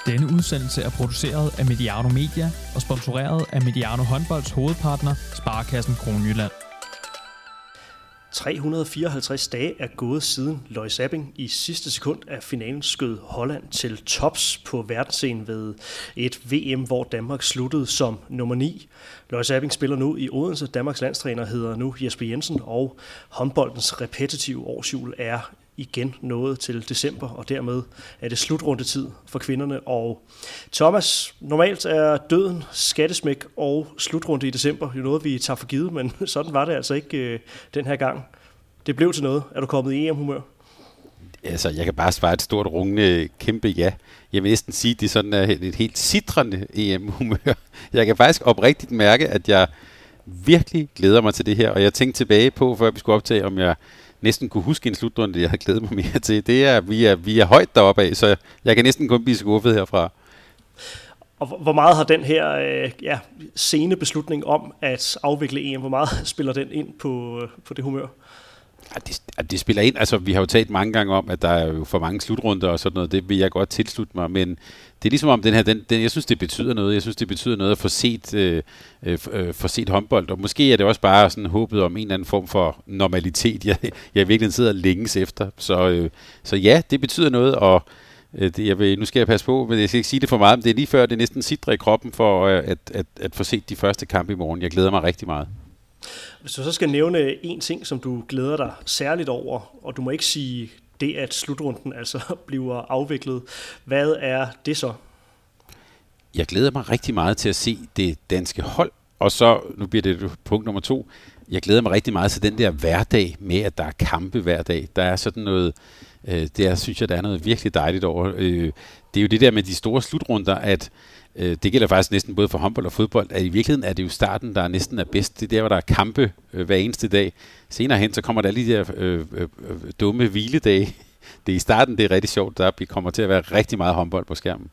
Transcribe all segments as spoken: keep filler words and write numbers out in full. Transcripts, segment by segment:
Denne udsendelse er produceret af Mediano Media og sponsoreret af Mediano Håndbolds hovedpartner, Sparekassen Kronjylland. tre hundrede og fireoghalvtreds dage er gået siden Lois Abing i sidste sekund af finalen skød Holland til tops på verdensscenen ved et V M, hvor Danmark sluttede som nummer ni. Lois Abing spiller nu i Odense. Danmarks landstræner hedder nu Jesper Jensen, og håndboldens repetitive årshjul er igen nået til december, og dermed er det slutrundetid for kvinderne. Og Thomas, normalt er døden, skattesmæk og slutrunde i december jo noget, vi tager for givet, men sådan var det altså ikke øh, den her gang. Det blev til noget. Er du kommet i E M-humør? Altså, jeg kan bare svare et stort, rungende, kæmpe ja. Jeg vil næsten sige, at det sådan er et helt sitrende E M-humør. Jeg kan faktisk oprigtigt mærke, at jeg virkelig glæder mig til det her, og jeg tænkte tilbage på, før vi skulle optage, om jeg næsten kunne huske en slutrunde, jeg har glædet mig mere til. Det er, vi er, vi er højt deroppe af, så jeg kan næsten kun blive skuffet herfra. Og hvor meget har den her øh, ja, sene beslutning om at afvikle E M, hvor meget spiller den ind på, på det humør? Ja, det, det spiller ind. Altså, vi har jo talt mange gange om, at der er jo for mange slutrunder og sådan noget. Det vil jeg godt tilslutte mig, men det er ligesom om den her, den, den, jeg synes, det betyder noget. Jeg synes, det betyder noget at få set, øh, øh, få set håndbold, og måske er det også bare sådan håbet om en eller anden form for normalitet, jeg, jeg virkelig sidder længes efter. Så, øh, så ja, det betyder noget, og øh, det, jeg vil, nu skal jeg passe på, men jeg skal ikke sige det for meget, men det er lige før, det er næsten sidder i kroppen for øh, at, at, at få set de første kampe i morgen. Jeg glæder mig rigtig meget. Hvis du så skal nævne en ting, som du glæder dig særligt over, og du må ikke sige det, at slutrunden altså bliver afviklet, hvad er det så? Jeg glæder mig rigtig meget til at se det danske hold, og så, nu bliver det punkt nummer to, jeg glæder mig rigtig meget til den der hverdag med, at der er kampe hver dag. Der er sådan noget, øh, der synes jeg, der er noget virkelig dejligt over. Øh, det er jo det der med de store slutrunder, at det gælder faktisk næsten både for håndbold og fodbold, at i virkeligheden er det jo starten, der næsten er bedst. Det er der, hvor der er kampe øh, hver eneste dag. Senere hen, så kommer der lige de der øh, øh, dumme hviledage. Det er i starten, det er rigtig sjovt, der kommer til at være rigtig meget håndbold på skærmen.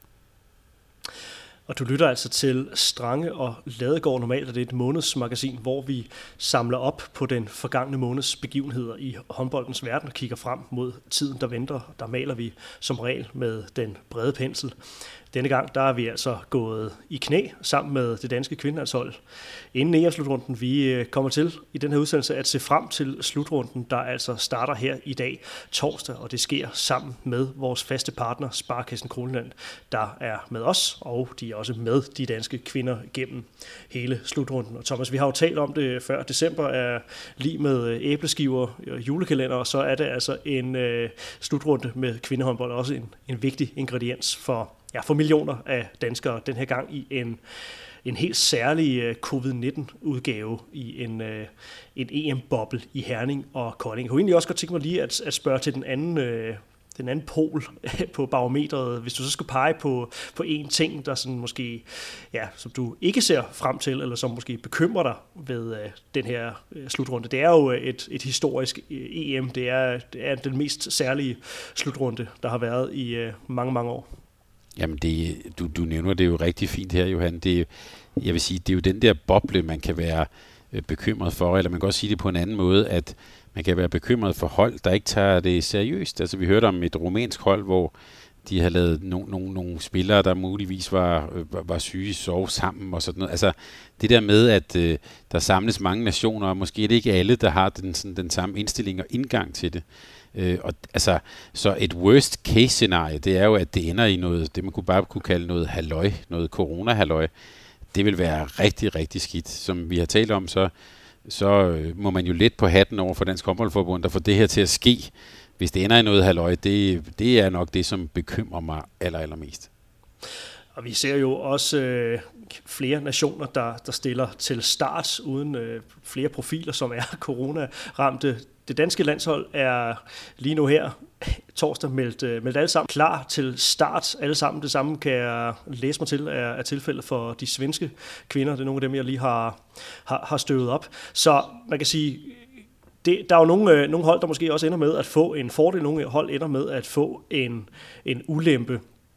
Og du lytter altså til Strange og Ladegaard. Normalt er det et månedsmagasin, hvor vi samler op på den forgangne måneds begivenheder i håndboldens verden og kigger frem mod tiden, der venter. Der maler vi som regel med den brede pensel. Denne gang der er vi altså gået i knæ sammen med det danske kvindelandshold inden E M-slutrunden. Vi kommer til i den her udsendelse at se frem til slutrunden, der altså starter her i dag torsdag, og det sker sammen med vores faste partner Sparekassen Kronjylland, der er med os, og de er også med de danske kvinder gennem hele slutrunden. Og Thomas, vi har jo talt om det før. December er lige med æbleskiver og julekalender, og så er det altså en øh, slutrunde med kvindehåndbold, også en, en vigtig ingrediens for Ja, for millioner af danskere den her gang i en, en helt særlig uh, covid nitten udgave i en, uh, en E M-boble i Herning og Kolding. Jeg kunne egentlig også godt tænke mig lige at, at spørge til den anden, uh, den anden pol på barometret. Hvis du så skulle pege på, på en ting, der sådan måske, ja, som du ikke ser frem til, eller som måske bekymrer dig ved uh, den her uh, slutrunde. Det er jo et, et historisk uh, E M. Det er, det er den mest særlige slutrunde, der har været i uh, mange, mange år. Jamen, det, du, du nævner det jo rigtig fint her, Johan. Det, jeg vil sige, det er jo den der boble, man kan være øh, bekymret for, eller man kan også sige det på en anden måde, at man kan være bekymret for hold, der ikke tager det seriøst. Altså, vi hørte om et rumænsk hold, hvor de har lavet nogle no, no, spillere, der muligvis var, øh, var syge, sove sammen og sådan noget. Altså, det der med, at øh, der samles mange nationer, og måske er det ikke alle, der har den, sådan, den samme indstilling og indgang til det. Øh, og, altså, så et worst case scenarie, det er jo, at det ender i noget, det man kunne bare kunne kalde noget halløj, noget corona-halløj. Det vil være rigtig, rigtig skidt. Som vi har talt om, så, så øh, må man jo let på hatten over for Dansk Håndboldforbund, der får det her til at ske. Hvis det ender i noget halløj, det, det er nok det, som bekymrer mig aller, allermest. Og vi ser jo også øh, flere nationer, der, der stiller til start uden øh, flere profiler, som er corona-ramte. Det danske landshold er lige nu her torsdag meldt, øh, meldt alle sammen klar til start. Alle sammen det samme kan jeg læse mig til er, er tilfældet for de svenske kvinder. Det er nogle af dem, jeg lige har, har, har støvet op. Så man kan sige, det, der er jo nogle, øh, nogle hold, der måske også ender med at få en fordel. Nogle hold ender med at få en, en ulempe.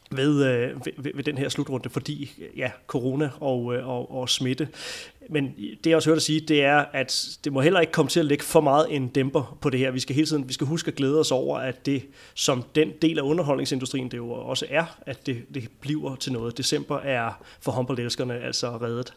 ved, øh, ved, ved den her slutrunde, fordi ja, corona og, og, og smitte. Men det jeg også hørt at sige, det er, at det må heller ikke komme til at lægge for meget en dæmper på det her. Vi skal hele tiden, vi skal huske at glæde os over, at det som den del af underholdningsindustrien, det jo også er, at det, det bliver til noget. December er for håndboldelskerne altså reddet.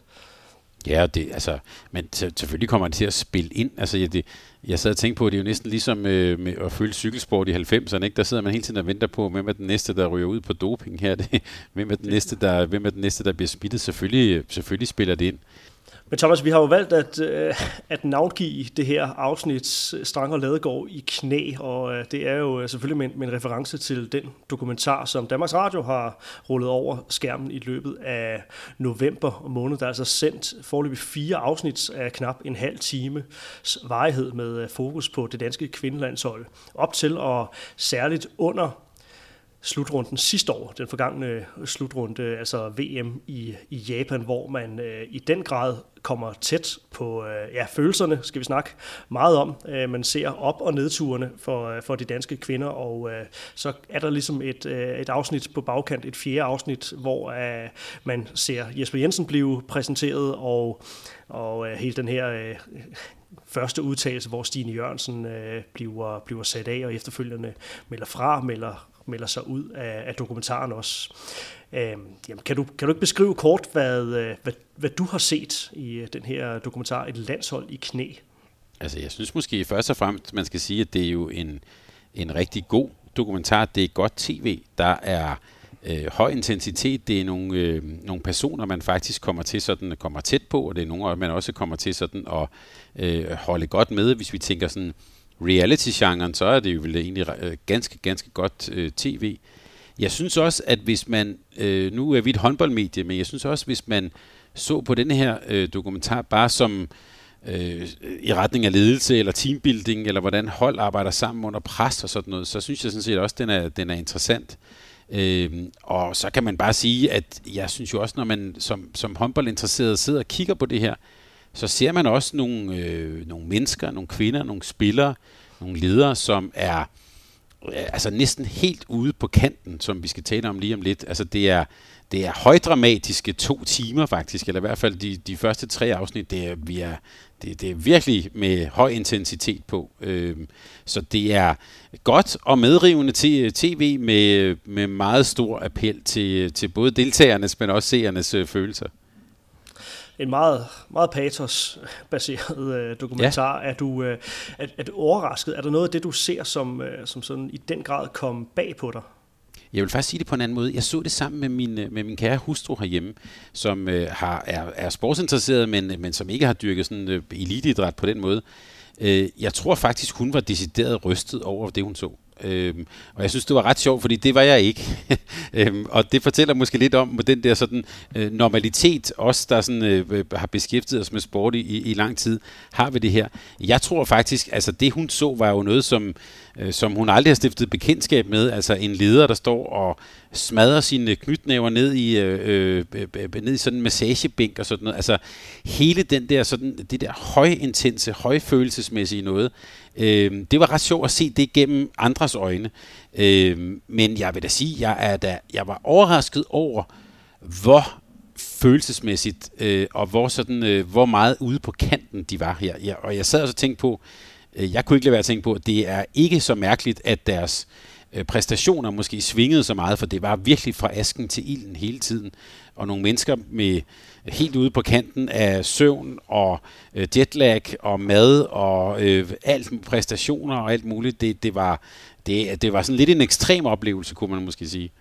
Ja, det, altså, men selvfølgelig kommer det til at spille ind. Altså, jeg, det, jeg sad og tænkte på, at det er jo næsten ligesom øh, med at følge cykelsport i halvfemserne, ikke? Der sidder man hele tiden og venter på, hvem er den næste, der ryger ud på doping her. Det, hvem, er den næste, der, hvem er den næste, der bliver smittet? Selvfølgelig, selvfølgelig spiller det ind. Men Thomas, vi har jo valgt at, at navngive det her afsnit Strange og Ladegaard i knæ, og det er jo selvfølgelig med en, med en reference til den dokumentar, som Danmarks Radio har rullet over skærmen i løbet af november måned. Der er altså sendt foreløbig fire afsnit af knap en halv times varighed med fokus på det danske kvindelandshold. Op til og særligt under slutrunden sidste år, den forgangne slutrunde, altså V M i, i Japan, hvor man øh, i den grad kommer tæt på øh, ja, følelserne, skal vi snakke meget om. Øh, man ser op- og nedturene for, for de danske kvinder, og øh, så er der ligesom et, øh, et afsnit på bagkant, et fjerde afsnit, hvor øh, man ser Jesper Jensen blive præsenteret, og, og øh, hele den her øh, første udtalelse, hvor Stine Jørgensen øh, bliver, bliver sat af, og efterfølgende melder fra, melder melder sig ud af, af dokumentaren også. Øhm, jamen, kan, du, kan du ikke beskrive kort, hvad, hvad, hvad du har set i den her dokumentar, Et landshold i knæ? Altså, jeg synes måske først og fremmest, man skal sige, at det er jo en, en rigtig god dokumentar. Det er godt tv. Der er øh, høj intensitet. Det er nogle, øh, nogle personer, man faktisk kommer til sådan, kommer tæt på, og det er nogle, man også kommer til sådan at øh, holde godt med, hvis vi tænker sådan reality-genren, så er det jo vel egentlig øh, ganske, ganske godt øh, tv. Jeg synes også, at hvis man, øh, nu er vi et håndboldmedie, men jeg synes også, hvis man så på denne her øh, dokumentar bare som øh, i retning af ledelse eller teambuilding, eller hvordan hold arbejder sammen under pres og sådan noget, så synes jeg sådan set også, at den er, den er interessant. Øh, og så kan man bare sige, at jeg synes jo også, når man som, som håndboldinteresseret sidder og kigger på det her, så ser man også nogle, øh, nogle mennesker, nogle kvinder, nogle spillere, nogle ledere, som er øh, altså næsten helt ude på kanten, som vi skal tale om lige om lidt. Altså det er, det er højdramatiske to timer faktisk, eller i hvert fald de, de første tre afsnit, det er, vi er, det, det er virkelig med høj intensitet på. Øh, så det er godt og medrivende tv med, med meget stor appel til, til både deltagernes, men også seernes øh, følelser. En meget, meget patos-baseret øh, dokumentar. Ja. Er, du, øh, er, er du overrasket? Er der noget af det, du ser, som, øh, som sådan i den grad kom bag på dig? Jeg vil faktisk sige det på en anden måde. Jeg så det sammen med min, med min kære hustru herhjemme, som øh, har, er, er sportsinteresseret, men, men som ikke har dyrket sådan øh, eliteidræt på den måde. Øh, jeg tror faktisk, hun var decideret rystet over det, hun så. Øhm, og jeg synes, det var ret sjovt, fordi det var jeg ikke. øhm, og det fortæller måske lidt om den der sådan øh, normalitet, os der sådan, øh, har beskæftiget os med sport i, i lang tid, har vi det her. Jeg tror faktisk, altså det hun så, var jo noget, som, øh, som hun aldrig har stiftet bekendtskab med. Altså en leder, der står og smadrer sine knytnæver ned i, øh, øh, ned i sådan en massagebænk og sådan noget. Altså hele den der, sådan, det der højintense, højfølelsesmæssige noget, øh, det var ret sjovt at se det gennem andres øjne. Øh, men jeg vil da sige, jeg, er da, jeg var overrasket over, hvor følelsesmæssigt øh, og hvor, sådan, øh, hvor meget ude på kanten de var her. Jeg, og jeg sad også og tænkte på, øh, jeg kunne ikke lade være at tænke på, at det er ikke så mærkeligt, at deres præstationer måske svingede så meget, for det var virkelig fra asken til ilden hele tiden. Og nogle mennesker med helt ude på kanten af søvn og øh, jetlag og mad og øh, alt præstationer og alt muligt. Det, det, var, det, det var sådan lidt en ekstrem oplevelse, kunne man måske sige.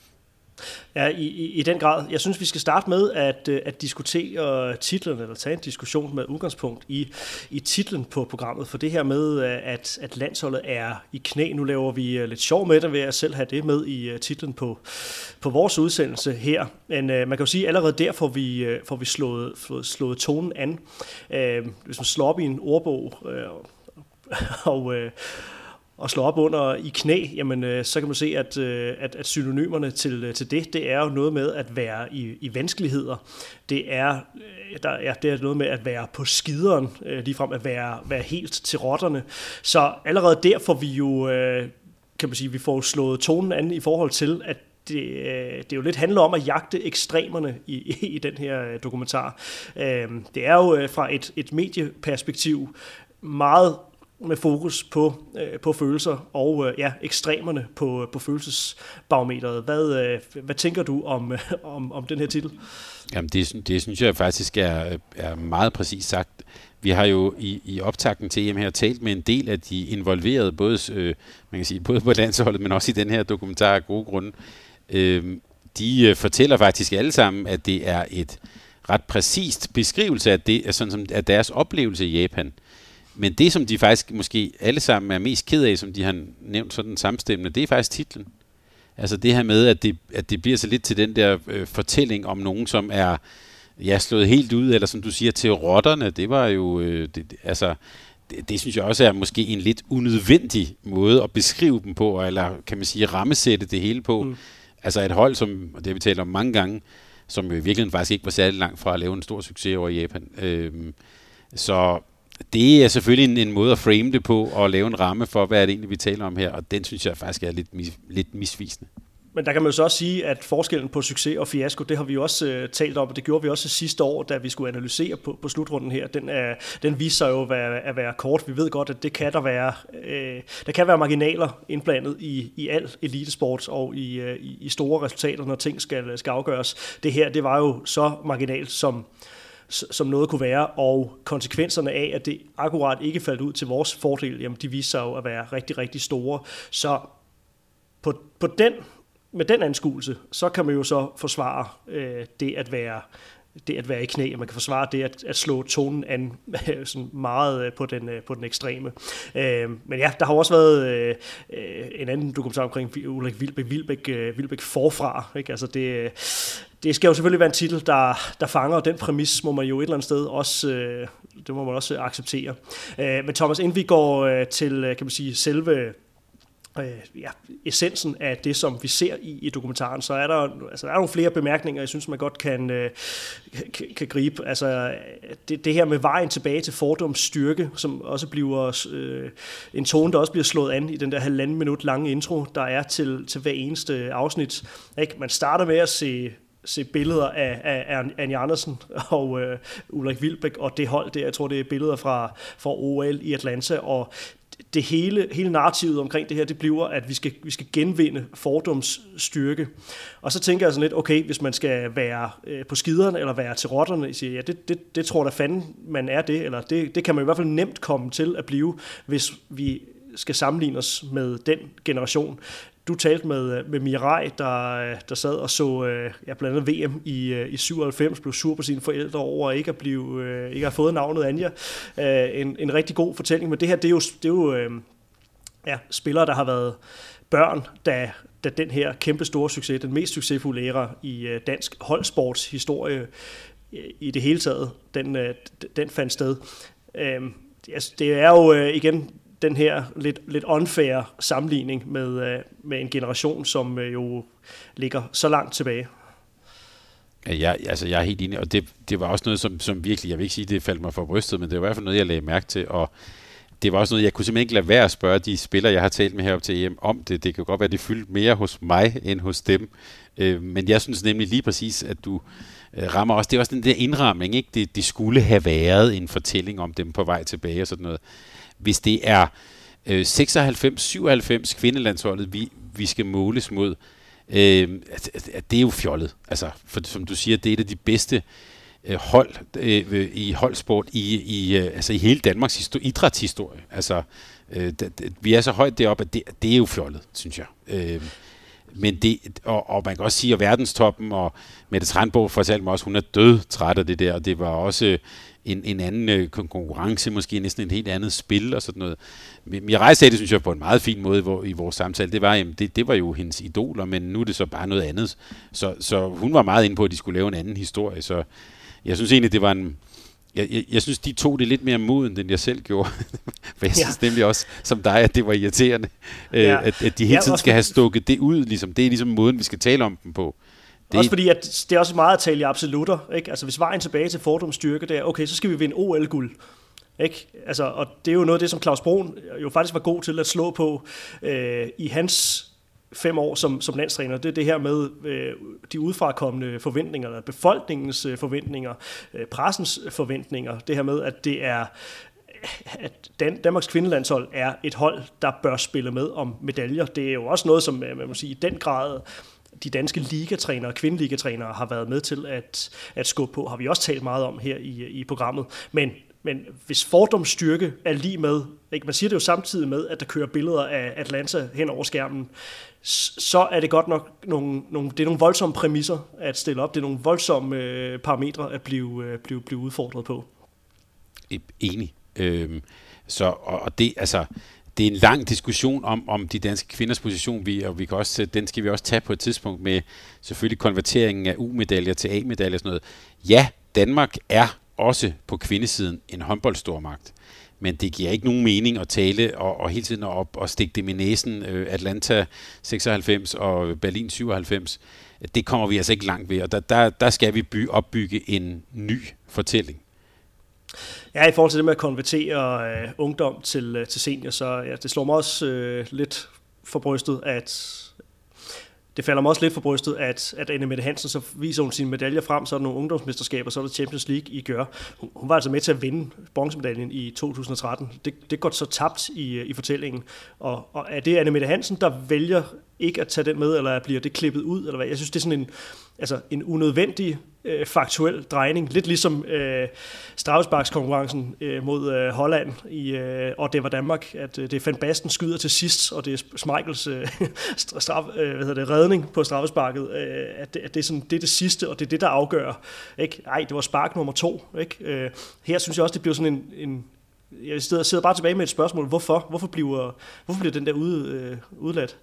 Ja, i, i, i den grad. Jeg synes, vi skal starte med at, at diskutere titlen, eller tage en diskussion med udgangspunkt i, i titlen på programmet, for det her med, at, at landsholdet er i knæ. Nu laver vi lidt sjov med det ved at selv have det med i titlen på, på vores udsendelse her. Men uh, man kan jo sige, at allerede der får vi, uh, får vi slået, slået tonen an. Uh, hvis man slår op i en ordbog uh, og... Uh, og slår op under i knæ, jamen øh, så kan man se, at, øh, at, at synonymerne til, til det, det er jo noget med at være i, i vanskeligheder. Det er, øh, der, ja, det er noget med at være på skideren, øh, ligefrem at være, være helt til rotterne. Så allerede der får vi jo, øh, kan man sige, vi får slået tonen an i forhold til, at det, det jo lidt handler om at jagte ekstremerne i, i den her dokumentar. Det er jo fra et, et medieperspektiv meget med fokus på, øh, på følelser og øh, ja, ekstremerne på, på følelsesbarometeret. Hvad, øh, hvad tænker du om, øh, om, om den her titel? Jamen det, det synes jeg faktisk er, er meget præcist sagt. Vi har jo i, i optakten til E M her talt med en del af de involverede, både, øh, man kan sige, både på landsholdet, men også i den her dokumentar af gode grunde. Øh, de øh, fortæller faktisk alle sammen, at det er et ret præcist beskrivelse af, det, sådan som, af deres oplevelse i Japan. Men det, som de faktisk måske alle sammen er mest ked af, som de har nævnt sådan samstemmende, det er faktisk titlen. Altså det her med, at det, at det bliver så lidt til den der øh, fortælling om nogen, som er ja, slået helt ud, eller som du siger, til rotterne. Det var jo, øh, det, altså, det, det synes jeg også er måske en lidt unødvendig måde at beskrive dem på, eller kan man sige, rammesætte det hele på. Mm. Altså et hold, som, og det har vi talt om mange gange, som jo i virkeligheden faktisk ikke var særlig langt fra at lave en stor succes over i Japan. Øh, så det er selvfølgelig en, en måde at frame det på, og lave en ramme for, hvad er det egentlig, vi taler om her, og den synes jeg faktisk er lidt, mis, lidt misvisende. Men der kan man jo så også sige, at forskellen på succes og fiasko, det har vi jo også øh, talt om, og det gjorde vi også sidste år, da vi skulle analysere på, på slutrunden her. Den, er, den viser sig jo at være, at være kort. Vi ved godt, at det kan der være, øh, der kan være marginaler indblandet i, i al elitesport og i, øh, i store resultater, når ting skal, skal afgøres. Det her, det var jo så marginalt, som som noget kunne være, og konsekvenserne af, at det akkurat ikke faldt ud til vores fordel, jamen de viser sig jo at være rigtig, rigtig store. Så på, på den, med den anskuelse, så kan man jo så forsvare øh, det at være det at være i knæ, og man kan forsvare det at, at slå tonen an sådan meget på den, på den ekstreme. Øh, men ja, der har også været øh, en anden dokumentar omkring Ulrik Wilbek, Wilbek, Wilbek forfra. Ikke? Altså det, det skal jo selvfølgelig være en titel, der, der fanger, og den præmis må man jo et eller andet sted også, øh, det må man også acceptere. Øh, men Thomas, inden vi går øh, til, kan man sige, selve ja, essensen af det, som vi ser i, i dokumentaren, så er der, altså, der er nogle flere bemærkninger, jeg synes, man godt kan, øh, kan, kan gribe. Altså, det, det her med vejen tilbage til fordoms styrke, som også bliver øh, en tone, der også bliver slået an i den der halvanden minut lange intro, der er til, til hver eneste afsnit. Ikke? Man starter med at se se billeder af, af Anja Andersen og øh, Ulrik Wilbek og det hold der. Jeg tror, det er billeder fra, fra O L i Atlanta, og det hele, hele narrativet omkring det her, det bliver, at vi skal, vi skal genvinde fordoms styrke. Og så tænker jeg sådan lidt, okay, hvis man skal være øh, på skiderne, eller være til rotterne, siger ja, det, det, det tror da fanden, man er det, eller det, det kan man i hvert fald nemt komme til at blive, hvis vi skal sammenligne os med den generation. Du talte med, med Mirai, der, der sad og så ja, blandt andet V M i, i syvoghalvfems, blev sur på sine forældre over ikke at, blive, ikke at have fået navnet Anja. En, en rigtig god fortælling, men det her, det er jo, det er jo ja, spillere, der har været børn, da, da den her kæmpe store succes, den mest succesfulde æra i dansk holdsports historie i det hele taget, den, den fandt sted. Det er jo igen den her lidt, lidt unfair sammenligning med, med en generation, som jo ligger så langt tilbage. Ja, altså jeg er helt enig, og det, det var også noget, som, som virkelig, jeg vil ikke sige, det faldt mig for brystet, men det var i hvert fald noget, jeg lagde mærke til, og det var også noget, jeg kunne simpelthen ikke lade være at spørge de spillere, jeg har talt med herop til E M om det. Det kan godt være, at det fyldte mere hos mig, end hos dem. Øh, men jeg synes nemlig lige præcis, at du øh, rammer også, det er også den der indramning, ikke? Det, det skulle have været en fortælling om dem på vej tilbage og sådan noget. Hvis det er øh, seksoghalvfems syvoghalvfems kvindelandsholdet, vi, vi skal måles mod, øh, at, at det er jo fjollet. Altså, for som du siger, det er et af de bedste øh, hold øh, i holdsport i, i, øh, altså i hele Danmarks histori- idrætshistorie. Altså, øh, d- d- vi er så højt deroppe, at det, det er jo fjollet, synes jeg. Øh, men det, og, og man kan også sige, at verdenstoppen, og Mette Tranborg fortalte mig også, hun er død træt af det der, og det var også en, en anden øh, konkurrence, måske næsten et helt andet spil og sådan noget. Mirai sagde det, synes jeg, på en meget fin måde hvor, i vores samtale. Det var, jamen, det, det var jo hendes idoler, men nu er det så bare noget andet. Så, så hun var meget inde på, at de skulle lave en anden historie. Så jeg synes egentlig, det var en... Jeg, jeg, jeg synes, de tog det lidt mere moden, end jeg selv gjorde. For jeg synes ja. nemlig også, som dig, at det var irriterende, ja. at, at de hele tiden ja, skal have stukket det ud. Ligesom. Det er ligesom måden, vi skal tale om dem på. Det også fordi, at det er også meget at tale i absolutter. Ikke? Altså, hvis vejen tilbage til fordomsstyrke, det er, okay, så skal vi vinde O L-guld. Ikke? Altså, og det er jo noget af det, som Claus Broen jo faktisk var god til at slå på øh, i hans fem år som, som landstræner, det er det her med øh, de udefrakommende forventninger, eller befolkningens øh, forventninger, øh, pressens forventninger, det her med, at det er at Dan- Danmarks kvindelandshold er et hold, der bør spille med om medaljer. Det er jo også noget, som man må sige, i den grad de danske ligatrænere, kvindeligatrænere har været med til at, at skubbe på, har vi også talt meget om her i, i programmet. Men, men hvis fordomsstyrke er lige med, ikke? Man siger det jo samtidig med, at der kører billeder af Atlanta hen over skærmen, så er det godt nok nogle, nogle, det er nogle voldsomme præmisser at stille op. Det er nogle voldsomme øh, parametre at blive, øh, blive, blive udfordret på. Enig. Øhm, så, og, og det, altså, det er en lang diskussion om, om de danske kvinders position, vi, og vi kan også, den skal vi også tage på et tidspunkt med selvfølgelig konverteringen af U-medaljer til A-medaljer og sådan noget. Ja, Danmark er også på kvindesiden en håndboldstormagt, men det giver ikke nogen mening at tale og, og hele tiden op og stikke dem i næsen. Øh, Atlanta seksoghalvfems og Berlin syvoghalvfems, det kommer vi altså ikke langt ved, og der, der, der skal vi by, opbygge en ny fortælling. Ja, i forhold til det med at konvertere øh, ungdom til, øh, til senior, så ja, det slår mig også øh, lidt for brystet, at det falder mig også lidt for brystet, at, at Anne Mette Hansen, så viser hun sine medaljer frem, så er der nogle ungdomsmesterskaber, så er der Champions League i gør. Hun, hun var altså med til at vinde bronzemedaljen i to tusind og tretten. Det, det går så tabt i, i fortællingen. Og, og er det Anne Mette Hansen, der vælger ikke at tage den med, eller bliver det klippet ud, eller hvad? Jeg synes, det er sådan en, altså en unødvendig øh, faktuel drejning. Lidt ligesom øh, straffesparkskonkurrencen øh, mod øh, Holland, i, øh, og det var Danmark, at øh, det er Van Basten skyder til sidst, og det er Schmeichels øh, straf, øh, hvad hedder det, redning på straffesparket, øh, at, det, at det, er sådan, det er det sidste, og det er det, der afgør. Ikke? Ej, det var spark nummer to. Ikke? Øh, her synes jeg også, det bliver sådan en, en jeg sidder bare tilbage med et spørgsmål. Hvorfor? Hvorfor bliver, hvorfor bliver den der ude, øh, udladt?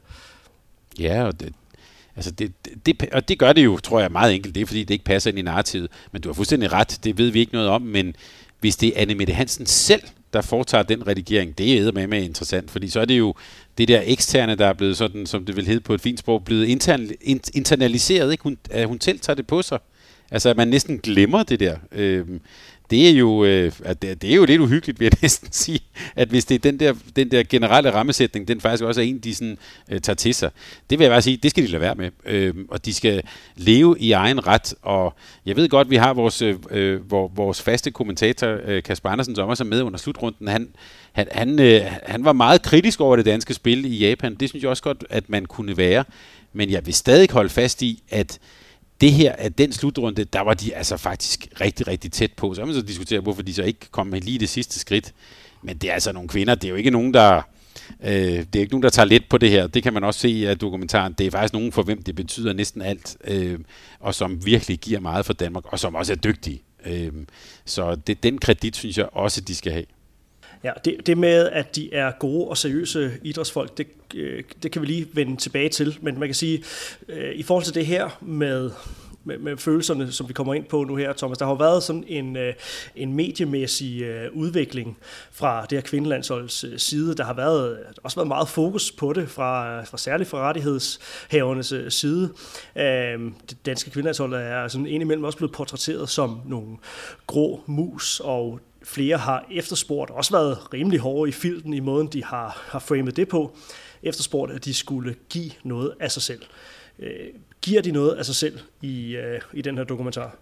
Ja, og det, altså det, det, og det gør det jo, tror jeg, meget enkelt. Det er, fordi det ikke passer ind i narrativet. Men du har fuldstændig ret. Det ved vi ikke noget om. Men hvis det er Anne Mette Hansen selv, der foretager den redigering, det er eddermame med interessant. Fordi så er det jo det der eksterne, der er blevet sådan, som det vil hedde på et fint sprog, blevet intern, internaliseret. Ikke? Hun, at hun selv tager det på sig. Altså, at man næsten glemmer det der. Øhm, Det er, jo, øh, det, det er jo lidt uhyggeligt, vil jeg næsten sige, at hvis det er den der, den der generelle rammesætning, den faktisk også er en, de sådan, øh, tager til sig. Det vil jeg bare sige, det skal de lade være med. Øh, og de skal leve i egen ret. Og jeg ved godt, vi har vores, øh, vores faste kommentator, øh, Kasper Andersen, som også er med under slutrunden. Han, han, han, øh, han var meget kritisk over det danske spil i Japan. Det synes jeg også godt, at man kunne være. Men jeg vil stadig holde fast i, at det her, at den slutrunde, der var de altså faktisk rigtig, rigtig tæt på. Så kan man så diskutere, hvorfor de så ikke kom med lige det sidste skridt. Men det er altså nogle kvinder, det er jo ikke nogen, der, øh, det er ikke nogen, der tager let på det her. Det kan man også se af dokumentaren. Det er faktisk nogen, for hvem det betyder næsten alt, øh, og som virkelig giver meget for Danmark, og som også er dygtige. Øh, så det, den kredit, synes jeg også, de skal have. Ja, det, det med, at de er gode og seriøse idrætsfolk, det, det kan vi lige vende tilbage til. Men man kan sige, øh, i forhold til det her med, med, med følelserne, som vi kommer ind på nu her, Thomas, der har været sådan en, øh, en mediemæssig øh, udvikling fra det her kvindelandsholds øh, side. Der har været, også været meget fokus på det, fra, fra særligt fra rettighedshavernes øh, side. Øh, det danske kvindelandshold er sådan indimellem også blevet portrætteret som nogle grå mus, og flere har efterspurgt, også været rimelig hårde i filten i måden, de har, har framet det på, efterspurgt, at de skulle give noget af sig selv. Øh, giver de noget af sig selv i, øh, i den her dokumentar?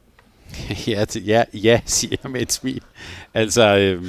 Ja, ja, ja, siger jeg med et smil. Altså, øh,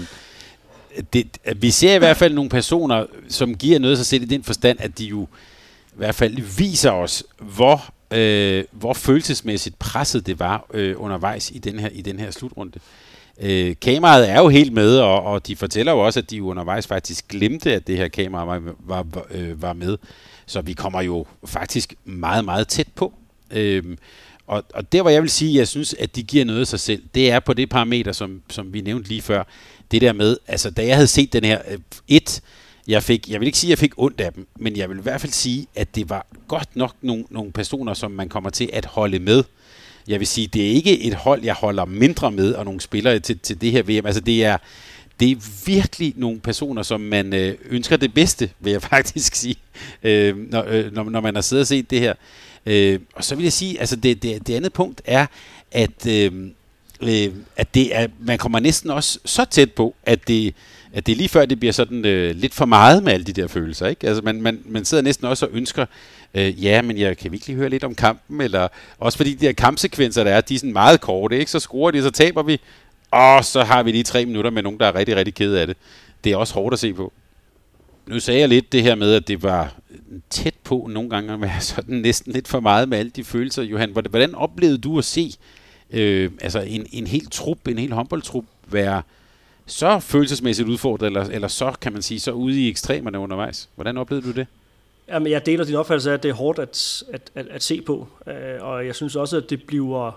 det, vi ser i hvert fald nogle personer, som giver noget af sig selv i den forstand, at de jo i hvert fald viser os, hvor, øh, hvor følelsesmæssigt presset det var øh, undervejs i den her, i den her slutrunde. Øh, kameraet er jo helt med, og, og de fortæller jo også, at de undervejs faktisk glemte, at det her kamera var, var, øh, var med. Så vi kommer jo faktisk meget, meget tæt på. Øh, og, og der, hvor jeg vil sige, at jeg synes, at de giver noget af sig selv, det er på det parameter, som, som vi nævnte lige før. Det der med, altså da jeg havde set den her, øh, et, jeg fik, jeg vil ikke sige, at jeg fik ondt af dem, men jeg vil i hvert fald sige, at det var godt nok nogle, nogle personer, som man kommer til at holde med. Jeg vil sige, det er ikke et hold, jeg holder mindre med, og nogle spillere til, til det her V M. Altså, det er, det er virkelig nogle personer, som man øh, ønsker det bedste, vil jeg faktisk sige, øh, når, øh, når, når man har siddet og set det her. Øh, og så vil jeg sige, altså det, det, det andet punkt er, at, øh, øh, at det er, man kommer næsten også så tæt på, at det at det er lige før, det bliver sådan øh, lidt for meget med alle de der følelser, ikke? Altså man, man, man sidder næsten også og ønsker, øh, ja, men jeg kan virkelig høre lidt om kampen, eller også fordi de der kampsekvenser, der er, de er sådan meget korte, ikke? Så scorer de, så taber vi, og så har vi lige tre minutter med nogen, der er rigtig, rigtig ked af det. Det er også hårdt at se på. Nu sagde jeg lidt det her med, at det var tæt på nogle gange at være sådan næsten lidt for meget med alle de følelser. Johan, hvordan oplevede du at se øh, altså en, en hel trup, en hel håndboldtrup være så følelsesmæssigt udfordret, eller, eller så, kan man sige, så ude i ekstremerne undervejs? Hvordan oplevede du det? Jamen, jeg deler din opfattelse af, at det er hårdt at, at, at, at se på, og jeg synes også, at det bliver...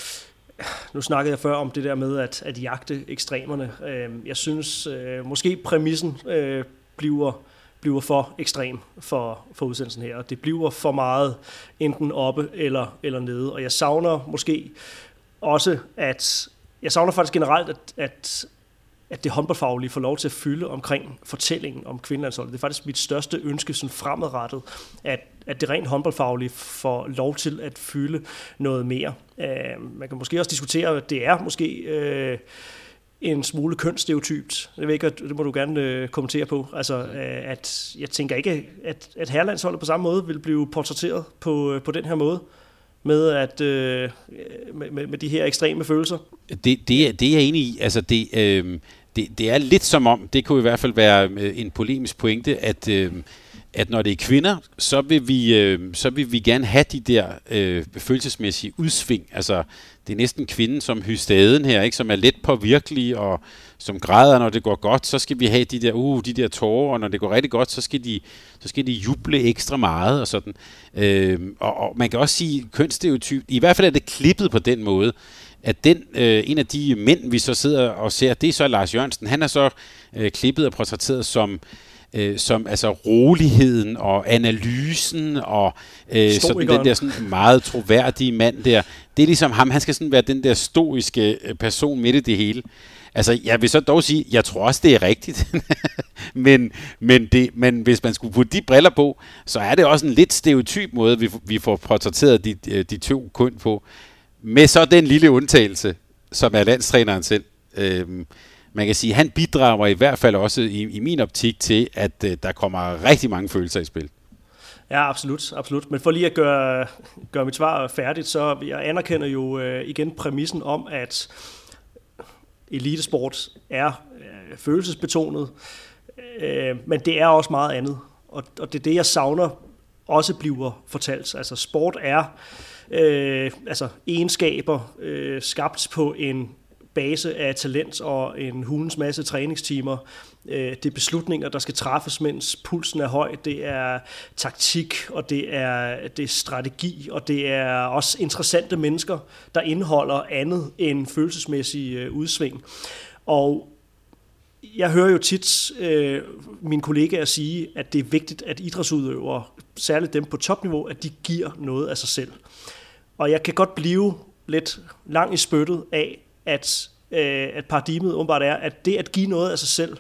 Nu snakkede jeg før om det der med at, at jagte ekstremerne. Jeg synes måske præmissen bliver, bliver for ekstrem for, for udsendelsen her. Det bliver for meget enten oppe eller, eller nede. Og jeg savner måske også, at jeg savner faktisk generelt, at, at, at det håndboldfaglige får lov til at fylde omkring fortællingen om kvindelandsholdet. Det er faktisk mit største ønske sådan fremadrettet, at, at det rent håndboldfaglige får lov til at fylde noget mere. Uh, man kan måske også diskutere, at det er måske uh, en smule kønsstereotypt. Jeg ved ikke, det må du gerne uh, kommentere på. Altså, uh, at jeg tænker ikke, at, at herrelandsholdet på samme måde vil blive portrætteret på, uh, på den her måde, med, at, øh, med, med de her ekstreme følelser. Det, det, er, det er jeg enig i. Altså det, øh, det, det er lidt som om, det kunne i hvert fald være en polemisk pointe, at, øh, at når det er kvinder, så vil vi, øh, så vil vi gerne have de der øh, følelsesmæssige udsving. Altså det er næsten kvinden som hystaden her, ikke, som er let påvirkelig og som græder, når det går godt, så skal vi have de der, uh, de der tårer, og når det går rigtig godt, så skal de, så skal de juble ekstra meget og sådan. Øh, og, og man kan også sige kønsstereotyp, i hvert fald er det klippet på den måde, at den, øh, en af de mænd, vi så sidder og ser, det er så Lars Jørgensen, han er så øh, klippet og portrætteret som Øh, som altså roligheden og analysen og øh, sådan den der sådan meget troværdige mand der. Det er ligesom ham, han skal sådan være den der stoiske person midt i det hele. Altså, jeg vil så dog sige, jeg tror også, det er rigtigt. men, men, det, men hvis man skulle putte de briller på, så er det også en lidt stereotyp måde, vi, vi får portrætteret de, de to køn på. Med så den lille undtagelse, som er landstræneren selv. Øhm, Man kan sige, at han bidrager i hvert fald også i, i min optik til, at øh, der kommer rigtig mange følelser i spil. Ja, absolut, absolut. Men for lige at gøre, gøre mit svar færdigt, så jeg anerkender jo øh, igen præmissen om, at elitesport er øh, følelsesbetonet, øh, men det er også meget andet. Og, og det er det, jeg savner, også bliver fortalt. Altså sport er øh, altså egenskaber øh, skabt på en base af talent og en hulens masse træningstimer. Det er beslutninger, der skal træffes, mens pulsen er høj. Det er taktik, og det er, det er strategi, og det er også interessante mennesker, der indeholder andet end følelsesmæssige udsving. Og jeg hører jo tit øh, mine kollegaer sige, at det er vigtigt, at idrætsudøvere, særligt dem på topniveau, at de giver noget af sig selv. Og jeg kan godt blive lidt lang i spyttet af, at, øh, at paradigmet åbenbart er, at det at give noget af sig selv,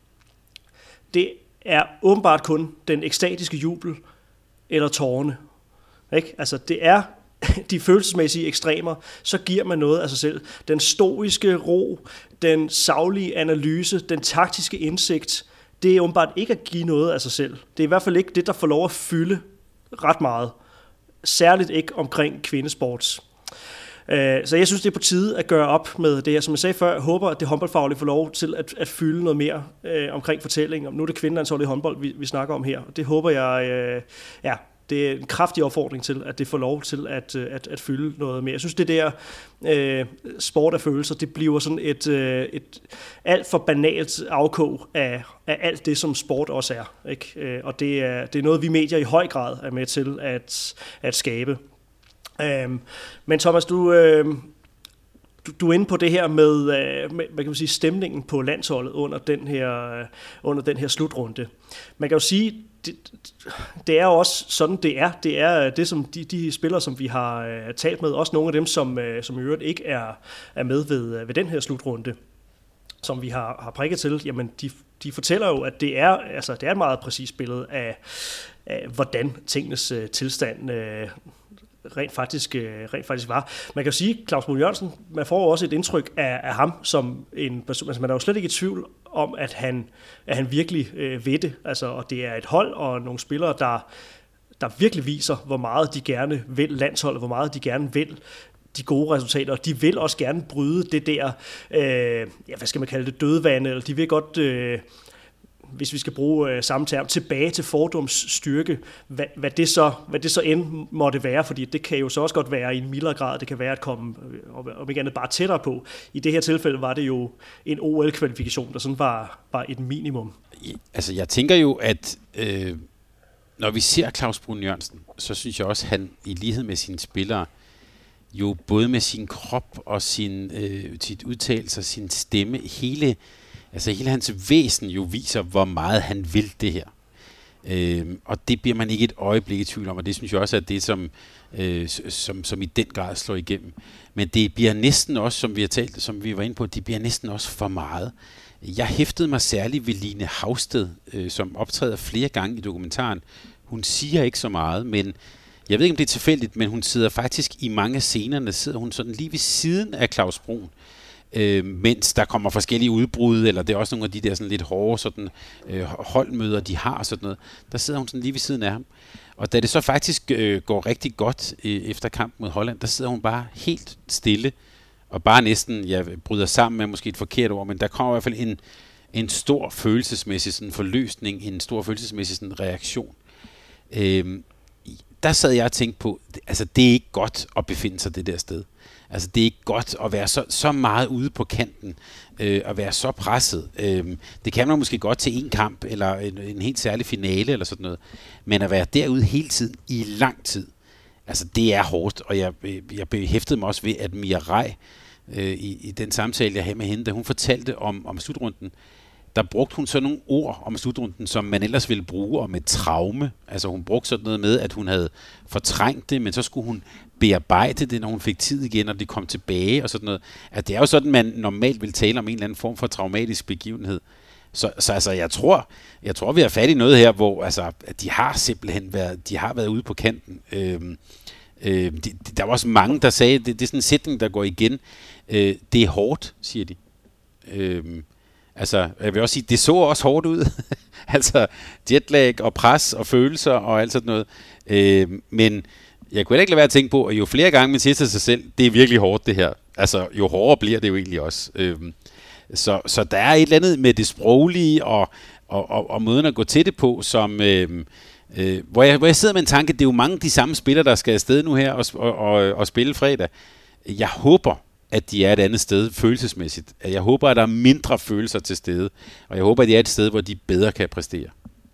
det er åbenbart kun den ekstatiske jubel eller tårerne. Ikke? Altså det er de følelsesmæssige ekstremer, så giver man noget af sig selv. Den stoiske ro, den saglige analyse, den taktiske indsigt, det er åbenbart ikke at give noget af sig selv. Det er i hvert fald ikke det, der får lov at fylde ret meget. Særligt ikke omkring kvindesports. Så jeg synes, det er på tide at gøre op med det her. Som jeg sagde før, jeg håber, at det håndboldfaglige får lov til at, at fylde noget mere øh, omkring fortællingen. Nu er det kvindelandsholdet i håndbold, vi, vi snakker om her. Det håber jeg, øh, ja, det er en kraftig opfordring til, at det får lov til at, at, at fylde noget mere. Jeg synes, det der øh, sport af følelser, det bliver sådan et, øh, et alt for banalt afkog af, af alt det, som sport også er. Ikke? Og det er, det er noget, vi medier i høj grad er med til at, at skabe. Øhm, men Thomas, du, øh, du, du er inde på det her med, øh, med hvad kan man sige, stemningen på landsholdet under den her, øh, under den her slutrunde. Man kan jo sige, det, det er jo også sådan, det er. Det er det, som de, de spillere, som vi har øh, talt med, også nogle af dem, som, øh, som i øvrigt ikke er, er med ved, ved den her slutrunde, som vi har, har prikket til, jamen de, de fortæller jo, at det er, altså, det er et meget præcist billede af, af hvordan tingenes øh, tilstand øh, rent faktisk, rent faktisk var. Man kan jo sige, Claus Brun Jørgensen, man får også et indtryk af, af ham som en person, altså man er jo slet ikke i tvivl om, at han, at han virkelig øh, ved det, altså, og det er et hold og nogle spillere, der, der virkelig viser, hvor meget de gerne vil landsholdet, hvor meget de gerne vil de gode resultater, og de vil også gerne bryde det der, øh, ja, hvad skal man kalde det, dødvande, eller de vil godt, øh, hvis vi skal bruge øh, samme term, tilbage til fordums styrke, hvad, hvad, det så, hvad det så end måtte være, fordi det kan jo så også godt være i en mildere grad, det kan være at komme, om ikke andet, bare tættere på. I det her tilfælde var det jo en O L-kvalifikation, der sådan var, var et minimum. Altså, jeg tænker jo, at øh, når vi ser Claus Brun Jørgensen, så synes jeg også, at han i lighed med sine spillere, jo både med sin krop og sin, øh, sit udtalelse og sin stemme, hele, altså hele hans væsen jo viser, hvor meget han vil det her. Øh, og det bliver man ikke et øjeblik i tvivl om, og det synes jeg også er det, som, øh, som, som i den grad slår igennem. Men det bliver næsten også, som vi har talt, som vi var inde på, det bliver næsten også for meget. Jeg hæftede mig særligt ved Line Havsted, øh, som optræder flere gange i dokumentaren. Hun siger ikke så meget, men jeg ved ikke, om det er tilfældigt, men hun sidder faktisk i mange af scenerne, sidder hun sådan lige ved siden af Claus Brun, øh, mens der kommer forskellige udbrud, eller det er også nogle af de der sådan lidt hårde sådan, øh, holdmøder, de har og sådan noget. Der sidder hun sådan lige ved siden af ham. Og da det så faktisk øh, går rigtig godt øh, efter kampen mod Holland, der sidder hun bare helt stille, og bare næsten, jeg bryder sammen med måske et forkert ord, men der kommer i hvert fald en, en stor følelsesmæssig sådan forløsning, en stor følelsesmæssig sådan reaktion. Øh, Der sad jeg og tænkte på, altså det er ikke godt at befinde sig det der sted. Altså det er ikke godt at være så, så meget ude på kanten, øh, at være så presset. Øh, det kan man måske godt til en kamp, eller en, en helt særlig finale, eller sådan noget. Men at være derude hele tiden, i lang tid, altså det er hårdt. Og jeg, jeg behæftede mig også ved, at Mia Rej, øh, i, i den samtale, jeg havde med hende, da hun fortalte om, om slutrunden, der brugte hun så nogle ord om slutrunden, som man ellers ville bruge om et traume. Altså hun brugte sådan noget med, at hun havde fortrængt det, men så skulle hun bearbejde det, når hun fik tid igen, og det kom tilbage og sådan noget. At det er jo sådan, man normalt vil tale om en eller anden form for traumatisk begivenhed. Så, så altså, jeg tror, jeg tror, vi har fat i noget her, hvor altså, at de har simpelthen været, de har været ude på kanten. Øhm, øh, de, der var også mange, der sagde, det, det er sådan en sætning, der går igen. Øh, det er hårdt, siger de. Øhm, Altså, jeg vil også sige, det så også hårdt ud. Altså, jetlag og pres og følelser og alt sådan noget. Øh, men jeg kunne ikke lade være at tænke på, at jo flere gange man siger til sig selv, det er virkelig hårdt det her. Altså, jo hårdere bliver det jo egentlig også. Øh, så, så der er et eller andet med det sproglige og, og, og, og måden at gå til det på, som, øh, øh, hvor, jeg, hvor jeg sidder med en tanke, det er jo mange af de samme spillere, der skal afsted nu her og, og, og, og spille fredag. Jeg håber, at de er et andet sted følelsesmæssigt. Jeg håber, at der er mindre følelser til stede, og jeg håber, at de er et sted, hvor de bedre kan præstere.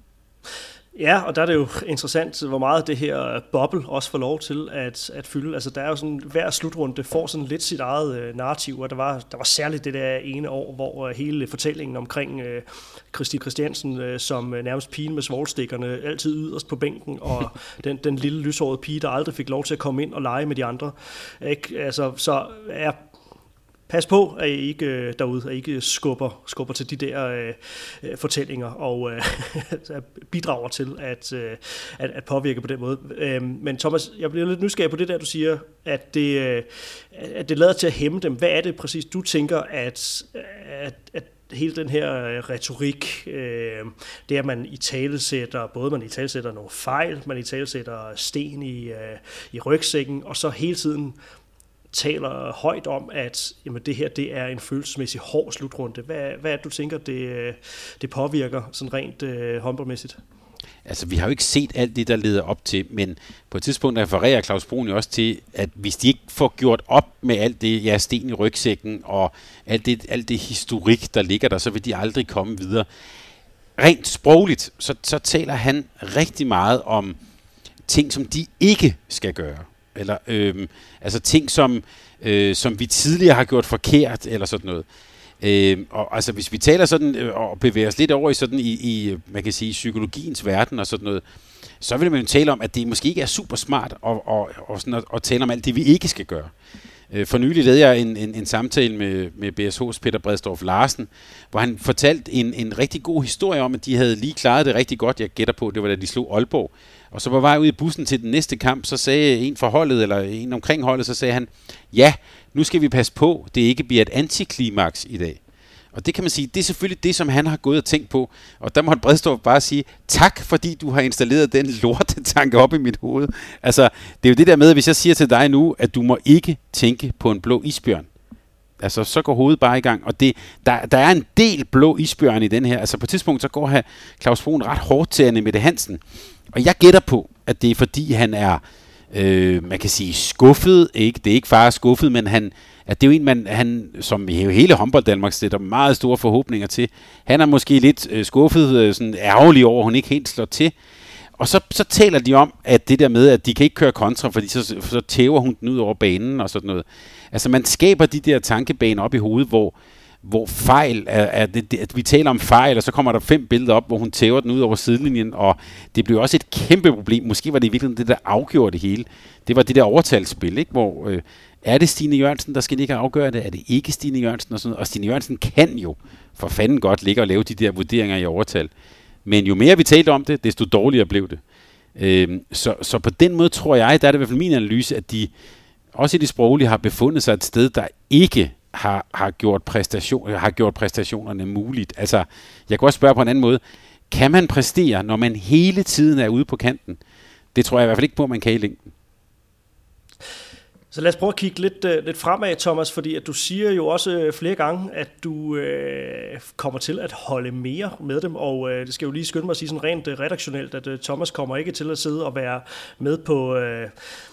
Ja, og der er det jo interessant, hvor meget det her boble også får lov til at, at fylde. Altså, der er jo sådan, hver slutrunde får sådan lidt sit eget øh, narrativ, og der var, der var særligt det der ene år, hvor øh, hele fortællingen omkring øh, Christi Christiansen, øh, som øh, nærmest pigen med svovlstikkerne, altid yderst på bænken, og den, den lille lyshårede pige, der aldrig fik lov til at komme ind og lege med de andre. Ikke? Altså, så er pas på, at I ikke øh, derude, at I ikke skubber, skubber til de der øh, fortællinger og øh, bidrager til at, øh, at, at påvirke på den måde. Øh, men Thomas, jeg bliver lidt nysgerrig på det der, du siger, at det, øh, at det lader til at hæmme dem. Hvad er det præcis, du tænker, at, at, at hele den her retorik, øh, det at man i talesætter, både man i talesætter nogle fejl, man i talesætter sten i, øh, i rygsækken, og så hele tiden taler højt om, at jamen, det her det er en følelsesmæssig hård slutrunde. Hvad, hvad er det, du tænker, det, det påvirker sådan rent øh, håndboldmæssigt? Altså, vi har jo ikke set alt det, der leder op til, men på et tidspunkt refererer Claus Brun jo også til, at hvis de ikke får gjort op med alt det, ja, sten i rygsækken og alt det, alt det historik, der ligger der, så vil de aldrig komme videre. Rent sprogligt, så, så taler han rigtig meget om ting, som de ikke skal gøre. Eller øh, altså ting, som, øh, som vi tidligere har gjort forkert, eller sådan noget. Øh, og altså hvis vi taler sådan, øh, og bevæger os lidt over i sådan i, i, man kan sige, psykologiens verden og sådan noget, så vil man jo tale om, at det måske ikke er super smart at, og, og sådan at, at tale om alt det, vi ikke skal gøre. For nylig lavede jeg en, en, en samtale med, med B S H's Peter Bredsdorff Larsen, hvor han fortalte en, en rigtig god historie om, at de havde lige klaret det rigtig godt. Jeg gætter på, det var da de slog Aalborg. Og så var vej ud i bussen til den næste kamp, så sagde en fra holdet, eller en omkring holdet, så sagde han, ja, nu skal vi passe på, det ikke bliver et antiklimaks i dag. Og det kan man sige, det er selvfølgelig det, som han har gået og tænkt på. Og der måtte Bredsdorff bare sige, tak fordi du har installeret den lortetanke op i mit hoved. Altså, det er jo det der med, hvis jeg siger til dig nu, at du må ikke tænke på en blå isbjørn. Altså, så går hovedet bare i gang. Og det, der, der er en del blå isbjørn i den her. Altså, på et tidspunkt, så går her Claus Broen ret hårdt til Anne Mette Hansen. Og jeg gætter på, at det er fordi, han er, øh, man kan sige, skuffet. Ikke? Det er ikke bare skuffet, men han... at det er jo en, man, han, som hele håndbold Danmark sætter meget store forhåbninger til. Han er måske lidt øh, skuffet, øh, sådan ærgerlig over, at hun ikke helt slår til. Og så, så taler de om, at det der med, at de kan ikke køre kontra, fordi så, så tæver hun den ud over banen og sådan noget. Altså man skaber de der tankebaner op i hovedet, hvor, hvor fejl er, er det, det, at vi taler om fejl, og så kommer der fem billeder op, hvor hun tæver den ud over sidelinjen, og det blev også et kæmpe problem. Måske var det i virkeligheden det, der afgjorde det hele. Det var det der overtalsspil, ikke? Hvor... Øh, er det Stine Jørgensen, der skal ligge og afgøre det? Er det ikke Stine Jørgensen? Og, sådan noget? Og Stine Jørgensen kan jo for fanden godt ligge og lave de der vurderinger i overtal. Men jo mere vi talte om det, desto dårligere blev det. Øhm, så, så på den måde tror jeg, der er det i hvert fald min analyse, at de også i det sproglige har befundet sig et sted, der ikke har, har, gjort, præstation, har gjort præstationerne muligt. Altså, jeg kan også spørge på en anden måde. Kan man præstere, når man hele tiden er ude på kanten? Det tror jeg i hvert fald ikke på, at man kan i længden. Så lad os prøve at kigge lidt, uh, lidt fremad, Thomas, fordi at du siger jo også uh, flere gange, at du uh, kommer til at holde mere med dem, og uh, det skal jo lige skynde mig at sige sådan rent uh, redaktionelt, at uh, Thomas kommer ikke til at sidde og være med på... Uh,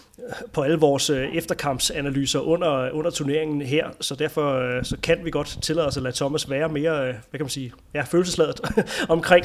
på alle vores øh, efterkampsanalyser under, under turneringen her, så derfor øh, så kan vi godt tillade os at lade Thomas være mere, øh, hvad kan man sige, ja, følelsesladet omkring,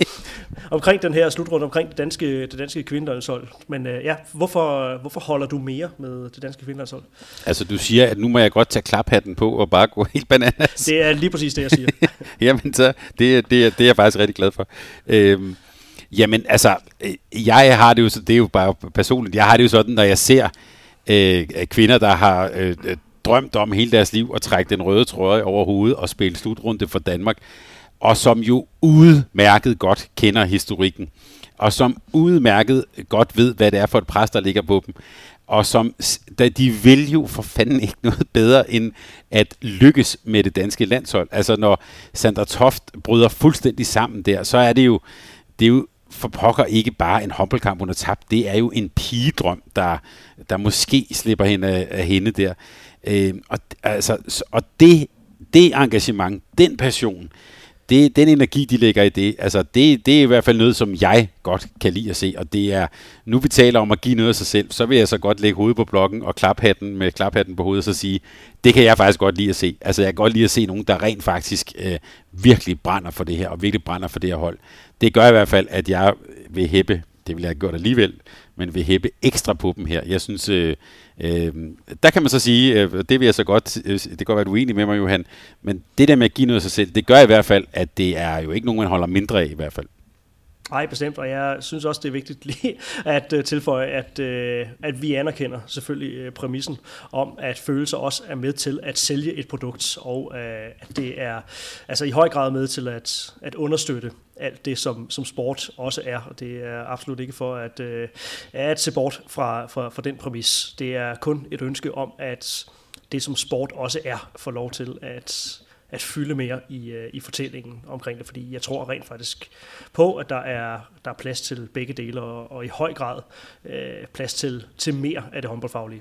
omkring den her slutrunde, omkring det danske, det danske kvindelandshold. Men øh, ja, hvorfor, hvorfor holder du mere med det danske kvindelandshold? Altså du siger, at nu må jeg godt tage klaphatten på og bare gå helt bananas. Det er lige præcis det, jeg siger. Jamen så, det, det, det er jeg faktisk rigtig glad for. Øhm. Jamen, altså, jeg har det jo, det er jo bare personligt, jeg har det jo sådan, når jeg ser øh, kvinder, der har øh, drømt om hele deres liv at trække den røde trøje over hovedet og spille slutrunde for Danmark, og som jo udmærket godt kender historikken, og som udmærket godt ved, hvad det er for et pres, der ligger på dem, og som, da de vil jo for fanden ikke noget bedre, end at lykkes med det danske landshold. Altså, når Sandra Toft bryder fuldstændig sammen der, så er det jo, det er jo for pokker ikke bare en håndboldkamp, hun har tabt. Det er jo en pigedrøm, der, der måske slipper hende af, af hende der. Øh, og altså, og det, det engagement, den passion, det, den energi, de lægger i det, altså det, det er i hvert fald noget, som jeg godt kan lide at se. Og det er, nu vi taler om at give noget af sig selv, så vil jeg så godt lægge hovedet på blokken og klaphatten med klaphatten på hovedet og så sige, det kan jeg faktisk godt lide at se. Altså jeg kan godt lide at se nogen, der rent faktisk øh, virkelig brænder for det her, og virkelig brænder for det her hold. Det gør i hvert fald, at jeg vil hæppe, det vil jeg have gjort alligevel, men vil hæppe ekstra på dem her. Jeg synes, øh, øh, der kan man så sige, øh, det vil jeg så godt, øh, det kan godt være, du er uenig med mig, Johan, men det der med at give noget af sig selv, det gør i hvert fald, at det er jo ikke nogen, man holder mindre af i hvert fald. Nej, bestemt, og jeg synes også, det er vigtigt lige at uh, tilføje, at, uh, at vi anerkender selvfølgelig uh, præmissen om, at følelser også er med til at sælge et produkt, og uh, at det er altså i høj grad med til at, at understøtte alt det, som, som sport også er, og det er absolut ikke for at, uh, at se bort fra, fra, fra den præmis. Det er kun et ønske om, at det, som sport også er, får lov til at at fylde mere i, i fortællingen omkring det, fordi jeg tror rent faktisk på, at der er, der er plads til begge dele, og, og i høj grad øh, plads til, til mere af det håndboldfaglige.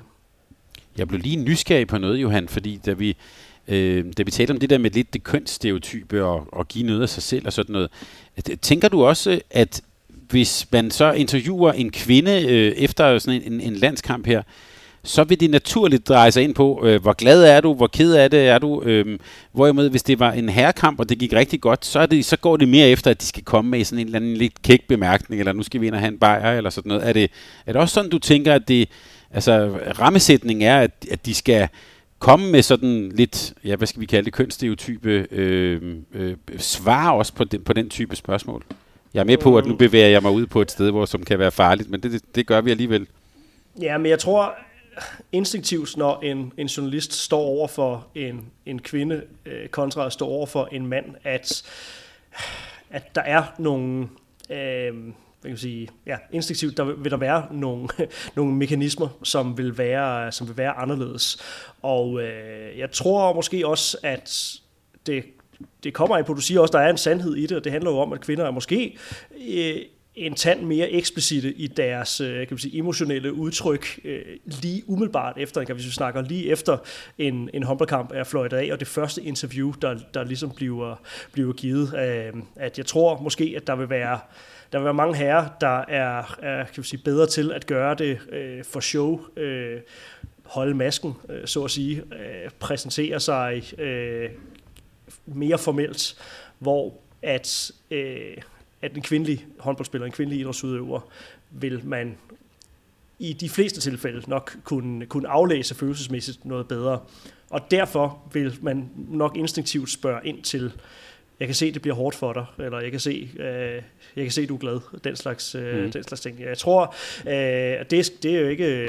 Jeg blev lige nysgerrig på noget, Johan, fordi da vi, øh, da vi talte om det der med lidt det kønsstereotype og, og give noget af sig selv og sådan noget, tænker du også, at hvis man så interviewer en kvinde øh, efter sådan en, en, en landskamp her, så vil det naturligt dreje sig ind på, øh, hvor glad er du, hvor ked af det er du. Øh, hvorimod, hvis det var en herrekamp, og det gik rigtig godt, så, er det, så går det mere efter, at de skal komme med sådan en eller anden lidt kæk bemærkning, eller nu skal vi ind og have en bajer, eller sådan noget. Er det, er det også sådan, du tænker, at det, altså, rammesætningen er, at, at de skal komme med sådan lidt, ja, hvad skal vi kalde det, kønsstereotype øh, øh, svar også på den, på den type spørgsmål? Jeg er med på, at nu bevæger jeg mig ud på et sted, hvor som kan være farligt, men det, det, det gør vi alligevel. Ja, men jeg tror, instinktivt, når en, en journalist står over for en, en kvinde, øh, kontra at stå over for en mand, at, at der er nogle... Øh, hvad kan man sige, ja, instinktivt der vil der være nogle, nogle mekanismer, som vil være, som vil være anderledes. Og øh, jeg tror måske også, at det, det kommer ind på, du siger også, at der er en sandhed i det, og det handler jo om, at kvinder er måske øh, en tand mere eksplicite i deres øh, kan man sige, emotionelle udtryk øh, lige umiddelbart efter, kan vi snakker lige efter en, en håndboldkamp er fløjtet af, og det første interview, der, der ligesom bliver, bliver givet, øh, at jeg tror måske, at der vil være Der vil være mange herrer, der er, er kan vi sige, bedre til at gøre det øh, for show, øh, holde masken, øh, så at sige, øh, præsentere sig øh, mere formelt, hvor at, øh, at en kvindelig håndboldspiller, en kvindelig idrætsudøver, vil man i de fleste tilfælde nok kunne, kunne aflæse følelsesmæssigt noget bedre. Og derfor vil man nok instinktivt spørge ind til, jeg kan se, det bliver hårdt for dig, eller jeg kan se, øh, jeg kan se, du er glad, den slags, øh, mm. den slags ting. Jeg tror, øh, at det, det er jo ikke,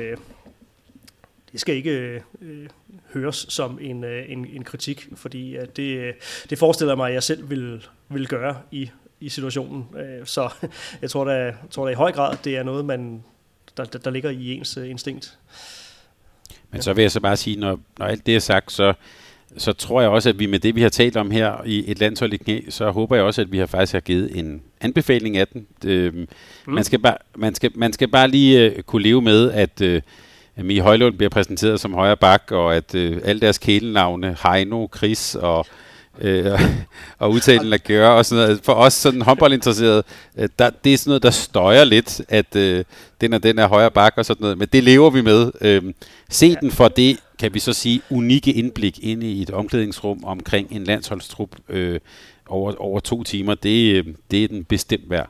det skal ikke øh, høres som en, øh, en, en kritik, fordi at det, det forestiller mig, at jeg selv vil, vil gøre i, i situationen. Øh, så jeg tror, da, jeg tror da i høj grad, det er noget, man, der, der ligger i ens instinkt. Men så vil jeg så bare sige, når, når alt det er sagt, så så tror jeg også, at vi med det, vi har talt om her i Et Landshold i knæ, så håber jeg også, at vi har faktisk har givet en anbefaling af den. Øhm, mm. man, skal bare, man, skal, man skal bare lige uh, kunne leve med, at uh, Mie Højlund bliver præsenteret som højre bak, og at uh, alle deres kælenavne, Heino, Chris og, uh, og udtalen at gøre, og sådan noget. For os sådan håndboldinteresserede, uh, der, det er sådan noget, der støjer lidt, at uh, den og den er højre bak og sådan noget, men det lever vi med. Uh, se den for det, kan vi så sige, unikke indblik ind i et omklædningsrum omkring en landsholdstrup øh, over, over to timer. Det, det er den bestemt værd.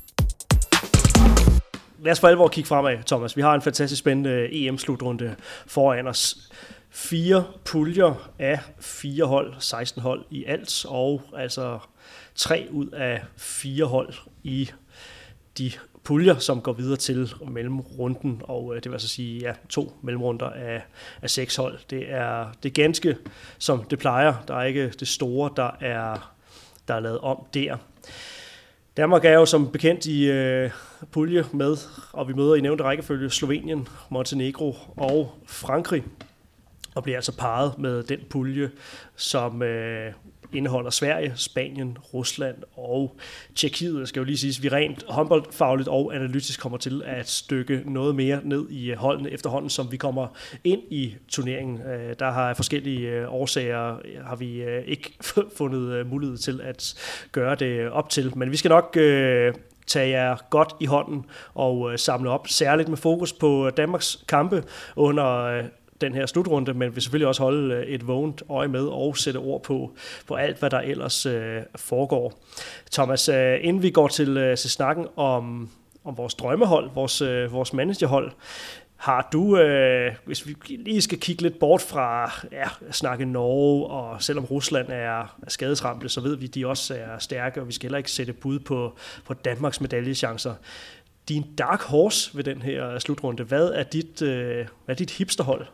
Lad os for alvor kigge fremad, Thomas. Vi har en fantastisk spændende E M-slutrunde foran os. Fire puljer af fire hold, seksten hold i alt, og altså tre ud af fire hold i de puljer, som går videre til mellemrunden, og det vil altså sige ja, to mellemrunder af, af seks hold. Det er, det er ganske, som det plejer. Der er ikke det store, der er, der er lavet om der. Danmark er jo som bekendt i øh, pulje med, og vi møder i nævnte rækkefølge Slovenien, Montenegro og Frankrig, og bliver altså parret med den pulje, som øh, indeholder Sverige, Spanien, Rusland og Tjekkiet. Det skal jo lige siges, vi rent håndboldfagligt og analytisk kommer til at stykke noget mere ned i holdene efterhånden, som vi kommer ind i turneringen. Der har forskellige årsager, har vi ikke fundet mulighed til at gøre det op til. Men vi skal nok tage jer godt i hånden og samle op, særligt med fokus på Danmarks kampe under den her slutrunde, men vi vil selvfølgelig også holde et vågent øje med og sætte ord på, på alt, hvad der ellers øh, foregår. Thomas, øh, inden vi går til, øh, til snakken om, om vores drømmehold, vores, øh, vores managerhold, har du, øh, hvis vi lige skal kigge lidt bort fra ja, at snakke Norge, og selvom Rusland er, er skadesramte, så ved vi, at de også er stærke, og vi skal heller ikke sætte bud på, på Danmarks medaljeschancer. Din dark horse ved den her slutrunde, hvad er dit, øh, hvad er dit hipsterhold?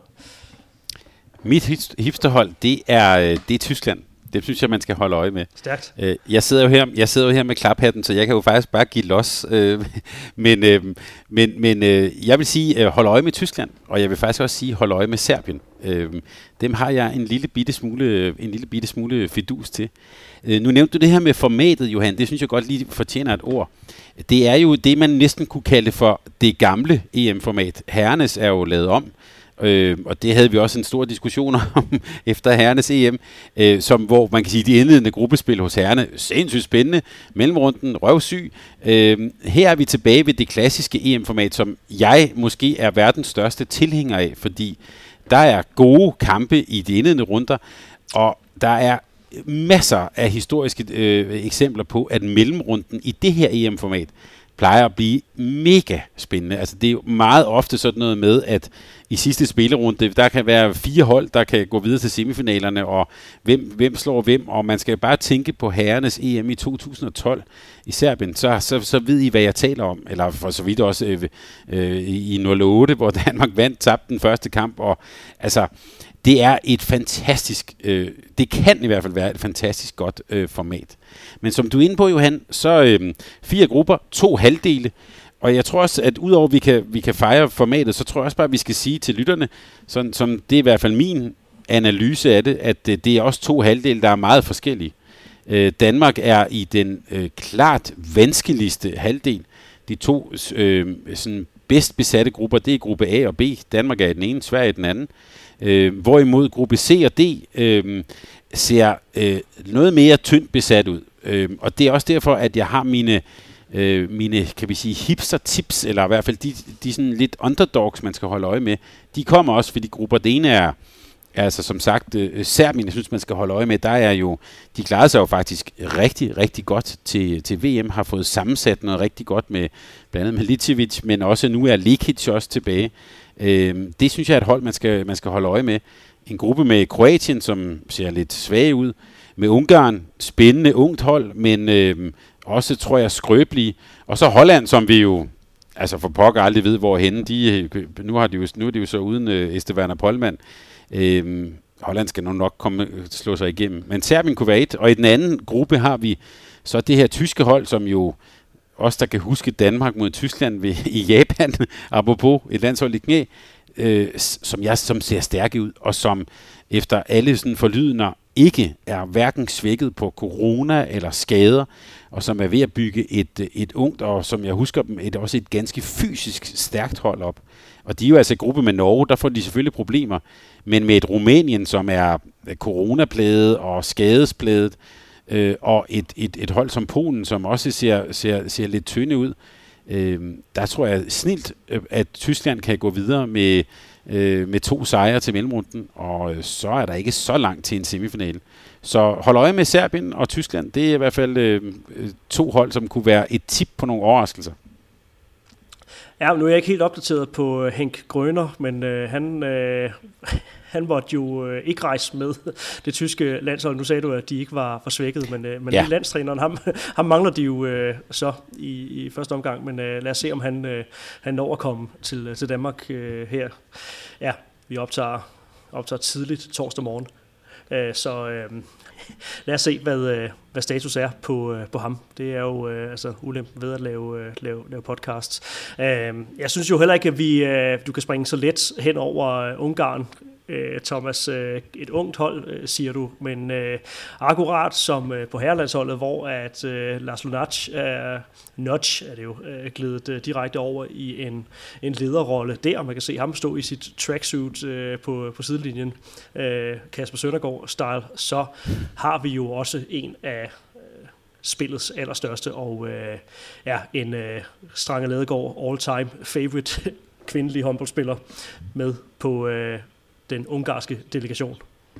Mit hipsterhold, det er, det er Tyskland. Det synes jeg, man skal holde øje med. Stærkt. Jeg sidder jo her, jeg sidder jo her med klaphatten, så jeg kan jo faktisk bare give los. Men, men, men jeg vil sige, hold øje med Tyskland, og jeg vil faktisk også sige, hold øje med Serbien. Dem har jeg en lille bitte smule, en lille bitte smule fidus til. Nu nævnte du det her med formatet, Johan. Det synes jeg godt lige fortjener et ord. Det er jo det, man næsten kunne kalde for det gamle E M-format. Herrenes er jo lavet om. Øh, og det havde vi også en stor diskussion om efter herrenes E M, øh, som, hvor man kan sige, de indledende gruppespil hos herrene, sindssygt spændende, mellemrunden, røvsyg. Øh, her er vi tilbage ved det klassiske E M-format, som jeg måske er verdens største tilhænger af, fordi der er gode kampe i de indledende runder, og der er masser af historiske øh, eksempler på, at mellemrunden i det her E M-format, plejer at blive mega spændende. Altså det er jo meget ofte sådan noget med, at i sidste spillerunde, der kan være fire hold, der kan gå videre til semifinalerne, og hvem, hvem slår hvem, og man skal bare tænke på herrenes E M i to tusind og tolv i Serbien, så, så, så ved I, hvad jeg taler om. Eller for så vidt også øh, øh, i nul otte, hvor Danmark vandt, tabte den første kamp, og altså, det er et fantastisk, øh, det kan i hvert fald være et fantastisk godt øh, format. Men som du er inde på, Johan, så øh, fire grupper, to halvdele, og jeg tror også, at udover at vi kan, vi kan fejre formatet, så tror jeg også bare, at vi skal sige til lytterne, sådan, som det er i hvert fald min analyse af det, at øh, det er også to halvdele, der er meget forskellige. Øh, Danmark er i den øh, klart vanskeligste halvdel. De to øh, sådan bedst besatte grupper, det er gruppe A og B. Danmark er i den ene, Sverige i den anden. Øh, hvorimod gruppe C og D øh, ser øh, noget mere tyndt besat ud. Øh, og det er også derfor, at jeg har mine, øh, mine kan vi sige, hipster-tips, eller i hvert fald de, de sådan lidt underdogs, man skal holde øje med. De kommer også, fordi grupper, det ene er, altså som sagt, øh, Serbien, jeg synes, man skal holde øje med. Der er jo, de klarede sig jo faktisk rigtig, rigtig godt til, til V M, har fået sammensat noget rigtig godt med, blandt andet med Licevic, men også nu er Lekic også tilbage. Øh, det synes jeg er et hold, man skal, man skal holde øje med. En gruppe med Kroatien, som ser lidt svage ud. Med Ungarn, spændende ungt hold, men øh, også, tror jeg, skrøbelige. Og så Holland, som vi jo, altså for pokker aldrig ved, hvorhenne. De, nu, har de jo, nu er de jo så uden øh, Esteban og Polman. Øh, Holland skal nu nok komme, slå sig igennem. Men Serbien kunne være et. Og i den anden gruppe har vi så det her tyske hold, som jo os, der kan huske Danmark mod Tyskland ved, i Japan, apropos et landshold i knæ, øh, som, jeg, som ser stærke ud, og som efter alle sådan forlydender ikke er hverken svækket på corona eller skader, og som er ved at bygge et, et ungt, og som jeg husker dem, et, også et ganske fysisk stærkt hold op. Og de er jo altså i gruppe med Norge, der får de selvfølgelig problemer, men med et Rumænien, som er coronaplaget og skadesplaget, øh, og et, et, et hold som Polen, som også ser, ser, ser lidt tynde ud, øh, der tror jeg snilt, at Tyskland kan gå videre med med to sejre til mellemrunden, og så er der ikke så langt til en semifinale. Så hold øje med Serbien og Tyskland. Det er i hvert fald øh, to hold, som kunne være et tip på nogle overraskelser. Ja, nu er jeg ikke helt opdateret på Henk Grøner, men øh, han, øh, han måtte jo øh, ikke rejse med det tyske landshold. Nu sagde du, at de ikke var for svækket, men, øh, men ja. landstræneren, ham, ham mangler de jo øh, så i, i første omgang. Men øh, lad os se, om han, øh, han når at komme til, til Danmark øh, her. Ja, vi optager, optager tidligt torsdag morgen. Øh, så øh, lad os se, hvad, øh, hvad status er på, øh, på ham. Det er jo øh, altså ulempen ved at lave, øh, lave, lave podcasts. Øh, jeg synes jo heller ikke, at vi, øh, du kan springe så let hen over øh, Ungarn. Øh, Thomas, øh, et ungt hold, øh, siger du, men øh, akkurat som øh, på herrelandsholdet, hvor at øh, Lars Lunac er, Notch er det jo, øh, glædet øh, direkte over i en, en lederrolle der. Man kan se ham stå i sit tracksuit øh, på, på sidelinjen, øh, Kasper Søndergaard-style. Så har vi jo også en af øh, spillets allerstørste, og øh, ja, en øh, Strange Ladegaard all-time favorite kvindelige håndboldspiller med på øh, den ungarske delegation.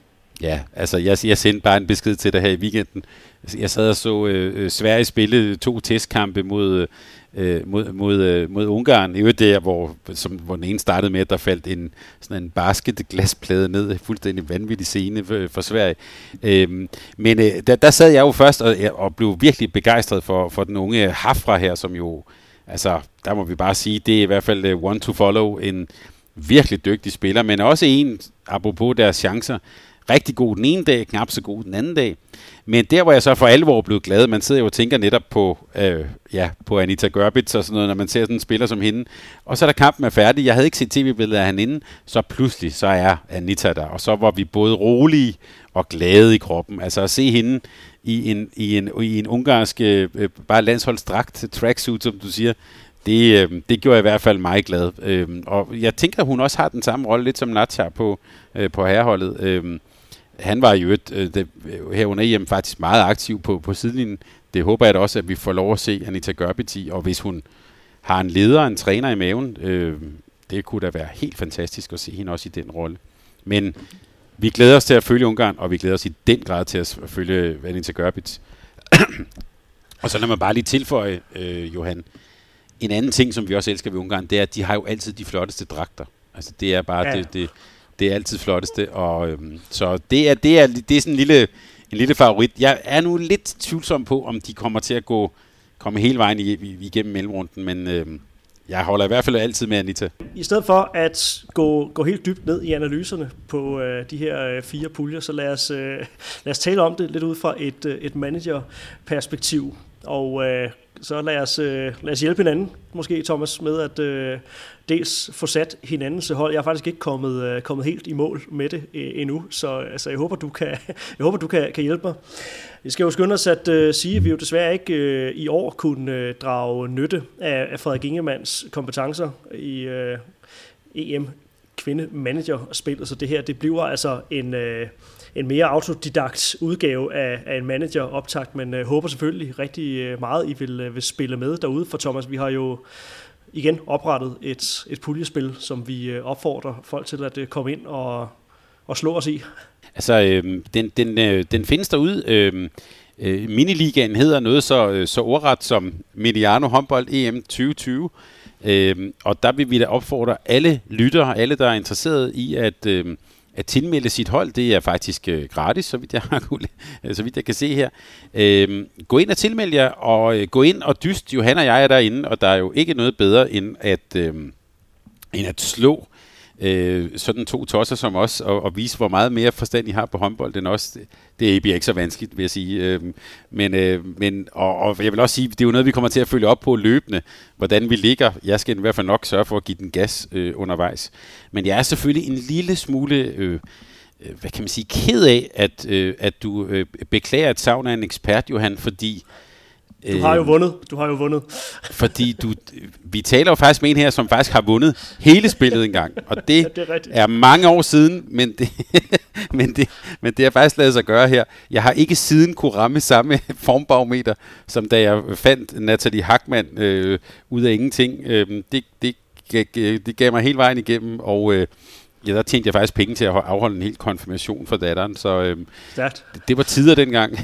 Ja, altså jeg, jeg sendte bare en besked til dig her i weekenden. Jeg sad og så øh, Sverige spille to testkampe mod, øh, mod, mod, øh, mod Ungarn. Det er jo der, hvor, som, hvor den ene startede med, at der faldt en, sådan en basketglasplade ned. Fuldstændig vanvittig scene for, for Sverige. Øhm, men øh, der, der sad jeg jo først og, og blev virkelig begejstret for, for den unge Hafra her, som jo, altså der må vi bare sige, det er i hvert fald uh, one to follow, en virkelig dygtig spiller, men også en, apropos deres chancer, rigtig god den ene dag, knap så god den anden dag. Men der, hvor jeg så for alvor blev glad, man sidder jo og tænker netop på, øh, ja, på Anita Görbitz og sådan noget, når man ser sådan en spiller som hende. Og så da kampen er færdig, jeg havde ikke set tv-billedet af hende inden, så pludselig så er Anita der. Og så var vi både rolige og glade i kroppen. Altså at se hende i en, i en, i en ungarsk, øh, bare landsholdsdragt, tracksuit, som du siger, Det, øh, det gjorde i hvert fald mig glad. Øh, og jeg tænker, at hun også har den samme rolle, lidt som Natja på, øh, på herreholdet. Øh, han var jo et, øh, det, her under E M faktisk meget aktiv på, på sidelinjen. Det håber jeg da også, at vi får lov at se Anita Görbitz i. Og hvis hun har en leder, en træner i maven, øh, det kunne da være helt fantastisk at se hende også i den rolle. Men vi glæder os til at følge Ungarn, og vi glæder os i den grad til at følge Anita Görbitz. Og så lad mig bare lige tilføje, øh, Johan, en anden ting, som vi også elsker ved Ungarn, det er, at de har jo altid de flotteste dragter. Altså det er bare, ja. det, det, det er altid flotteste, og øhm, så det er, det er, det er sådan en lille, en lille favorit. Jeg er nu lidt tvivlsom på, om de kommer til at gå, komme hele vejen igennem mellemrunden, men øhm, jeg holder i hvert fald altid med Anita. I stedet for at gå, gå helt dybt ned i analyserne på øh, de her øh, fire puljer, så lad os, øh, lad os tale om det lidt ud fra et, øh, et managerperspektiv. Og øh, så lad os, øh, lad os hjælpe hinanden, måske Thomas, med at øh, dels få sat hinandens hold. Jeg er faktisk ikke kommet, øh, kommet helt i mål med det øh, endnu, så altså, jeg håber, du kan, jeg håber, du kan, kan hjælpe mig. Vi skal jo skynde os at øh, sige, at vi jo desværre ikke øh, i år kunne øh, drage nytte af, af Frederik Ingemanns kompetencer i øh, E M kvindemanager-spillet, så det her det bliver altså en... Øh, en mere autodidakt udgave af, af en manager-optakt, men øh, håber selvfølgelig rigtig øh, meget, I vil, øh, vil spille med derude. For Thomas, vi har jo igen oprettet et, et puljespil, som vi øh, opfordrer folk til at øh, komme ind og, og slå os i. Altså, øh, den, den, øh, den findes derude. Øh, øh, miniligaen hedder noget så, øh, så ordret som Mediano Håndbold E M tyve tyve, øh, og der vil vi da opfordre alle lyttere, alle der er interesseret i at... Øh, At tilmelde sit hold, det er faktisk øh, gratis, så vidt, jeg har, så vidt jeg kan se her. Øhm, gå ind og tilmelde jer, og øh, gå ind og dyst. Johan og jeg er derinde, og der er jo ikke noget bedre, end at, øh, end at slå øh, sådan to tosser som os, og, og vise, hvor meget mere forstand I har på håndbold end os. Det, det bliver ikke så vanskeligt, vil jeg sige. Øh, men, øh, men, og, og jeg vil også sige, det er jo noget, vi kommer til at følge op på løbende, hvordan vi ligger. Jeg skal i hvert fald nok sørge for at give den gas øh, undervejs. Men jeg er selvfølgelig en lille smule, øh, hvad kan man sige, ked af, at, øh, at du øh, beklager et savn af en ekspert, Johan, fordi... Du har jo vundet. Du har jo vundet. Fordi du, vi taler jo faktisk med en her, som faktisk har vundet hele spillet engang. Og det, ja, det er, er mange år siden, men det, men, det, men det har faktisk ladet sig gøre her. Jeg har ikke siden kunne ramme samme formbarometer, som da jeg fandt Nathalie Hackmann øh, ud af ingenting. Øh, det, det, det gav mig hele vejen igennem, og... Øh, Ja, der tjente jeg faktisk penge til at afholde en hel konfirmation for datteren, så øhm, det, det var tider dengang.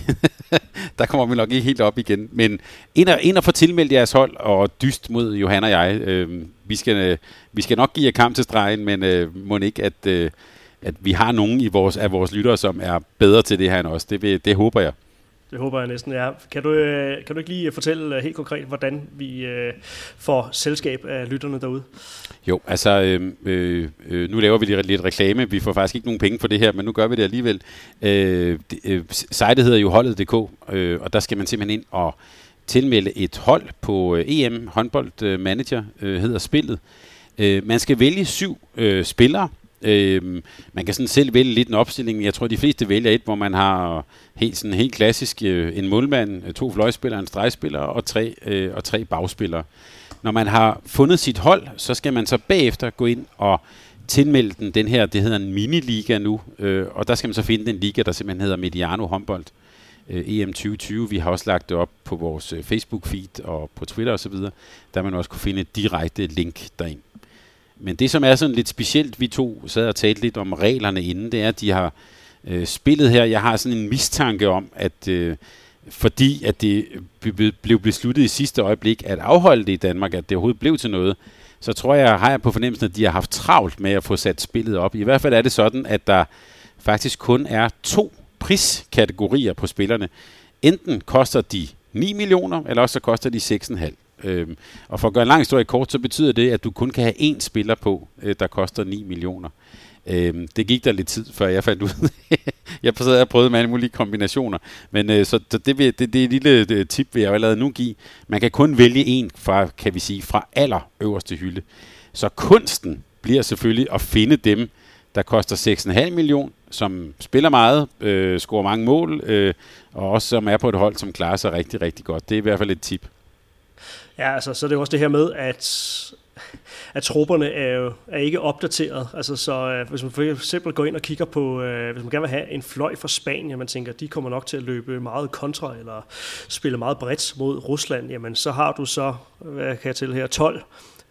Der kommer vi nok ikke helt op igen. Men ind og, ind og få tilmeldt jeres hold og dyst mod Johan og jeg. Øhm, vi, skal, vi skal nok give jer kamp til stregen, men øh, må ikke, at, øh, at vi har nogen i vores, af vores lyttere, som er bedre til det her end os. Det, vil, det håber jeg. Det håber jeg næsten, ja. Kan du, kan du ikke lige fortælle helt konkret, hvordan vi øh, får selskab af lytterne derude? Jo, altså, øh, øh, nu laver vi lidt, lidt reklame. Vi får faktisk ikke nogen penge for det her, men nu gør vi det alligevel. Øh, det, øh, sitet hedder jo holdet punktum d k, øh, og der skal man simpelthen ind og tilmelde et hold på øh, E M Håndbold Manager, øh, hedder spillet. Øh, man skal vælge syv øh, spillere. Øh, man kan sådan selv vælge lidt en opstilling. Jeg tror, de fleste vælger et, hvor man har helt, sådan helt klassisk øh, en målmand, to fløjspillere, en stregspiller og tre, øh, og tre bagspillere. Når man har fundet sit hold, så skal man så bagefter gå ind og tilmelde den, den her, det hedder en miniliga nu, øh, og der skal man så finde den liga, der simpelthen hedder Mediano Håndbold øh, E M tyve tyve. Vi har også lagt det op på vores øh, Facebook-feed og på Twitter osv., der man også kunne finde et direkte link derind. Men det, som er sådan lidt specielt, vi to sad og talte lidt om reglerne inden, det er, at de har øh, spillet her. Jeg har sådan en mistanke om, at øh, fordi at det blev besluttet i sidste øjeblik at afholde det i Danmark, at det overhovedet blev til noget, så tror jeg, har jeg på fornemmelsen, at de har haft travlt med at få sat spillet op. I hvert fald er det sådan, at der faktisk kun er to priskategorier på spillerne. Enten koster de ni millioner, eller også så koster de seks komma fem. Øhm, og for at gøre en lang historie kort, så betyder det, at du kun kan have én spiller på, øh, der koster ni millioner. Øhm, det gik der lidt tid, før jeg fandt ud. jeg har prøvet med alle mulige kombinationer. Men øh, så det, det, det, det er et lille det, tip, vil jeg allerede nu give. Man kan kun vælge en fra, kan vi sige, fra allerøverste hylde. Så kunsten bliver selvfølgelig at finde dem, der koster seks komma fem millioner, som spiller meget, øh, scorer mange mål, øh, og også som er på et hold, som klarer sig rigtig, rigtig godt. Det er i hvert fald et tip. Ja, altså, så er det også det her med, at, at trupperne er jo er ikke opdateret. Altså, så øh, hvis man for eksempel går ind og kigger på, øh, hvis man gerne vil have en fløj fra Spanien, man tænker, de kommer nok til at løbe meget kontra, eller spille meget bredt mod Rusland, jamen så har du så, hvad kan jeg til her, tolv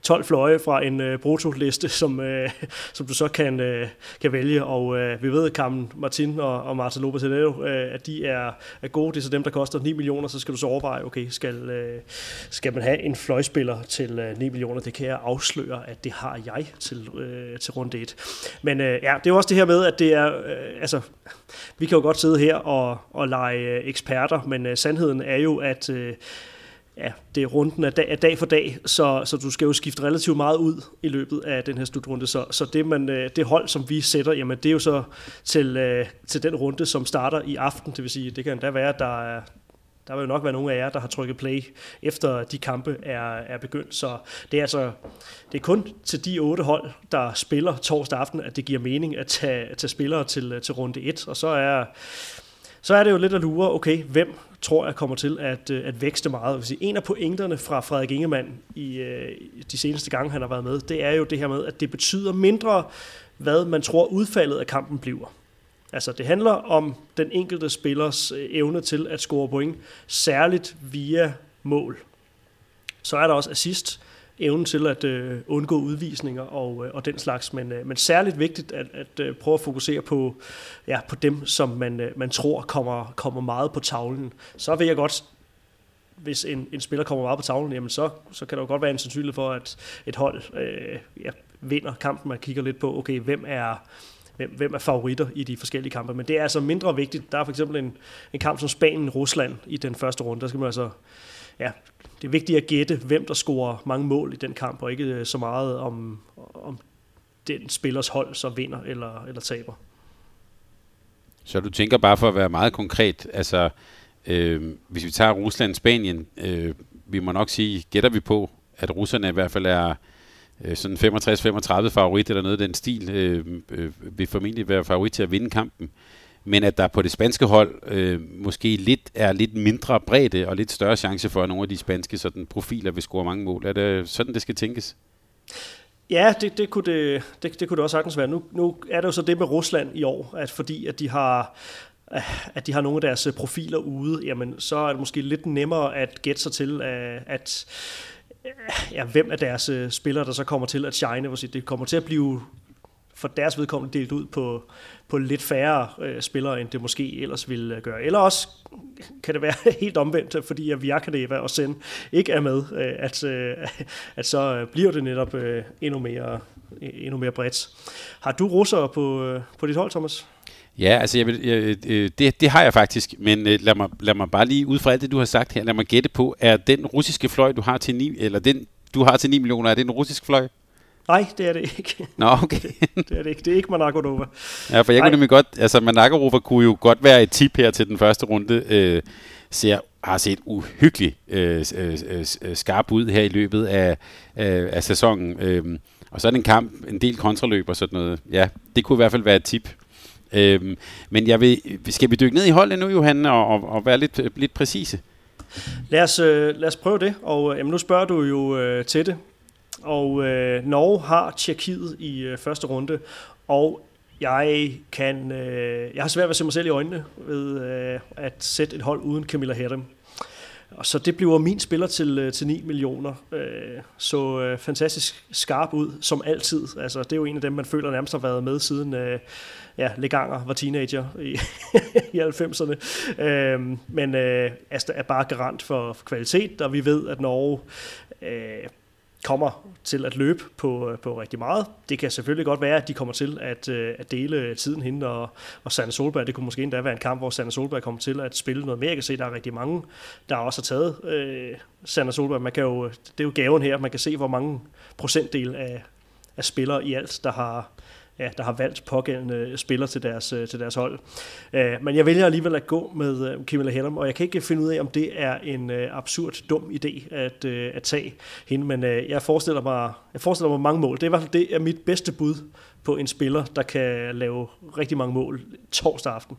tolv fløje fra en uh, brutoliste, som, uh, som du så kan, uh, kan vælge. Og uh, vi ved, at Carmen Martin og, og Marta Lopez Hidalgo, uh, at de er, er gode. Det er så dem, der koster ni millioner, så skal du så overveje, okay, skal, uh, skal man have en fløjspiller til uh, ni millioner? Det kan jeg afsløre, at det har jeg til, uh, til runde et. Men uh, ja, det er jo også det her med, at det er, uh, altså, vi kan jo godt sidde her og, og lege uh, eksperter, men uh, sandheden er jo, at uh, ja, det er runden af dag, af dag for dag, så, så du skal jo skifte relativt meget ud i løbet af den her slutrunde. Så, så det, man, det hold, som vi sætter, jamen, det er jo så til, til den runde, som starter i aften. Det vil sige, det kan da være, at der er, der vil jo nok være nogle af jer, der har trykket play, efter de kampe er, er begyndt. Så det er altså det er kun til de otte hold, der spiller torsdag aften, at det giver mening at tage, at tage spillere til, til runde et. Og så er... Så er det jo lidt at lure, okay, hvem tror jeg kommer til at, at vækste meget. En af pointerne fra Frederik Ingemann i de seneste gange, han har været med, det er jo det her med, at det betyder mindre, hvad man tror udfaldet af kampen bliver. Altså det handler om den enkelte spillers evne til at score point, særligt via mål. Så er der også assist, evnen til at øh, undgå udvisninger og, øh, og den slags, men, øh, men særligt vigtigt at, at øh, prøve at fokusere på, ja, på dem, som man, øh, man tror kommer, kommer meget på tavlen. Så vil jeg godt, hvis en, en spiller kommer meget på tavlen, jamen så, så kan der jo godt være en sandsynlighed for, at et hold øh, ja, vinder kampen. Man kigger lidt på, okay, hvem er, hvem, hvem er favoritter i de forskellige kampe, men det er altså mindre vigtigt. Der er for eksempel en, en kamp som Spanien-Rusland i den første runde, der skal man altså, ja, det er vigtigt at gætte, hvem der scorer mange mål i den kamp, og ikke så meget om, om den spillers hold så vinder eller, eller taber. Så du tænker bare for at være meget konkret, altså øh, hvis vi tager Rusland, Spanien, øh, vi må nok sige, gætter vi på, at russerne i hvert fald er øh, sådan femogtres femogtredive favorit eller noget af den stil, øh, øh, vil formentlig være favorit til at vinde kampen. Men at der på det spanske hold øh, måske lidt er lidt mindre bredde og lidt større chance for, at nogle af de spanske sådan, profiler vil score mange mål. Er det sådan, det skal tænkes? Ja, det, det, kunne, det, det, det kunne det også sagtens være. Nu, nu er det jo så det med Rusland i år, at fordi at de har, at de har nogle af deres profiler ude, jamen, så er det måske lidt nemmere at gætte sig til, at ja, hvem af deres spillere, der så kommer til at shine. Det kommer til at blive for deres vedkommende delt ud på, på lidt færre øh, spillere, end det måske ellers ville gøre. Eller også kan det være helt omvendt, fordi at Viakaneva og Sen ikke er med, øh, at, øh, at så bliver det netop øh, endnu mere, endnu mere bredt. Har du russere på, øh, på dit hold, Thomas? Ja, altså jeg vil, jeg, øh, det, det har jeg faktisk, men øh, lad, mig, lad mig bare lige ud fra alt det, du har sagt her, lad mig gætte på, er den russiske fløj, du har til ni, eller den, du har til ni millioner, er det en russisk fløj? Nej, det er det ikke. Nå, okay. det, det er det ikke. Det er ikke Manakorova. Ja, for jeg kunne nemlig godt, altså Manakorova kunne jo godt være et tip her til den første runde. Øh, ser, har set uhyggeligt øh, øh, øh, skarp ud her i løbet af, øh, af sæsonen. Øh, og så er det en kamp, en del kontraløb og sådan noget. Ja, det kunne i hvert fald være et tip. Øh, men jeg vil, skal vi dykke ned i holdet nu, Johan, og, og, og være lidt, lidt præcise? Lad os, øh, lad os prøve det, og øh, nu spørger du jo øh, til det. Og øh, Norge har Tjekkiet i øh, første runde, og jeg kan øh, jeg har svært ved at se mig selv i øjnene ved øh, at sætte et hold uden Camilla Herrem. Og så det bliver min spiller til, øh, til ni millioner. Øh, så øh, fantastisk skarp ud, som altid. Altså, det er jo en af dem, man føler nærmest har været med siden øh, ja, Leganger var teenager i, i halvfemserne. Øh, men øh, altså, er bare garant for, for kvalitet, og vi ved, at Norge Øh, kommer til at løbe på, på rigtig meget. Det kan selvfølgelig godt være, at de kommer til at, at dele tiden hende og, og Sanne Solberg. Det kunne måske endda være en kamp, hvor Sanne Solberg kommer til at spille noget mere. Jeg kan se, at der er rigtig mange, der også har taget øh, Sanne Solberg. Man kan jo, det er jo gaven her. Man kan se, hvor mange procentdel af, af spillere i alt, der har, ja, der har valgt pågældende spillere til deres, til deres hold. Uh, men jeg vælger alligevel at gå med uh, Camilla Herrem, og jeg kan ikke finde ud af, om det er en uh, absurd dum idé at, uh, at tage hende, men uh, jeg, forestiller mig, jeg forestiller mig mange mål. Det er i hvert fald det er mit bedste bud på en spiller, der kan lave rigtig mange mål torsdag aften.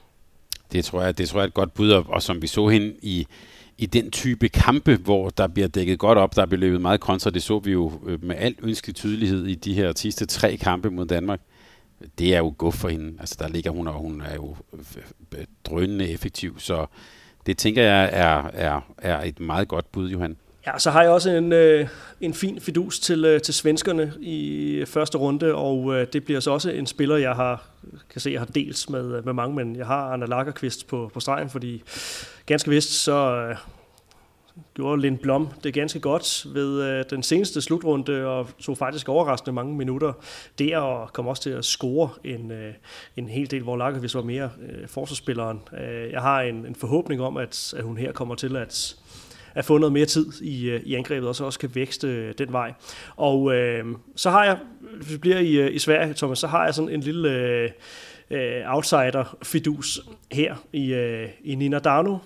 Det tror jeg, det tror jeg er et godt bud, og, og som vi så hende i i den type kampe, hvor der bliver dækket godt op, der bliver løbet meget kontra, det så vi jo med al ønskelig tydelighed i de her sidste tre kampe mod Danmark. Det er jo guf for hende. Altså der ligger hun, og hun er jo drønende effektiv, så det tænker jeg er, er, er et meget godt bud, Johan. Ja, så har jeg også en, øh, en fin fidus til, øh, til svenskerne i første runde, og øh, det bliver så også en spiller, jeg har, kan se, jeg har delt med, med mange, men jeg har Anna Lagerqvist på, på stregen, fordi ganske vist så øh, gjorde Lind Blom det ganske godt ved øh, den seneste slutrunde, og tog faktisk overraskende mange minutter der, og kom også til at score en, øh, en hel del, hvor Lagerqvist var mere øh, forsvarsspilleren. Øh, jeg har en, en forhåbning om, at, at hun her kommer til at at få noget mere tid i, i angrebet, og så også kan vækste den vej. Og øh, så har jeg, hvis vi bliver i, i Sverige, Thomas, så har jeg sådan en lille øh, outsider-fidus her i, øh, i Nina Dano,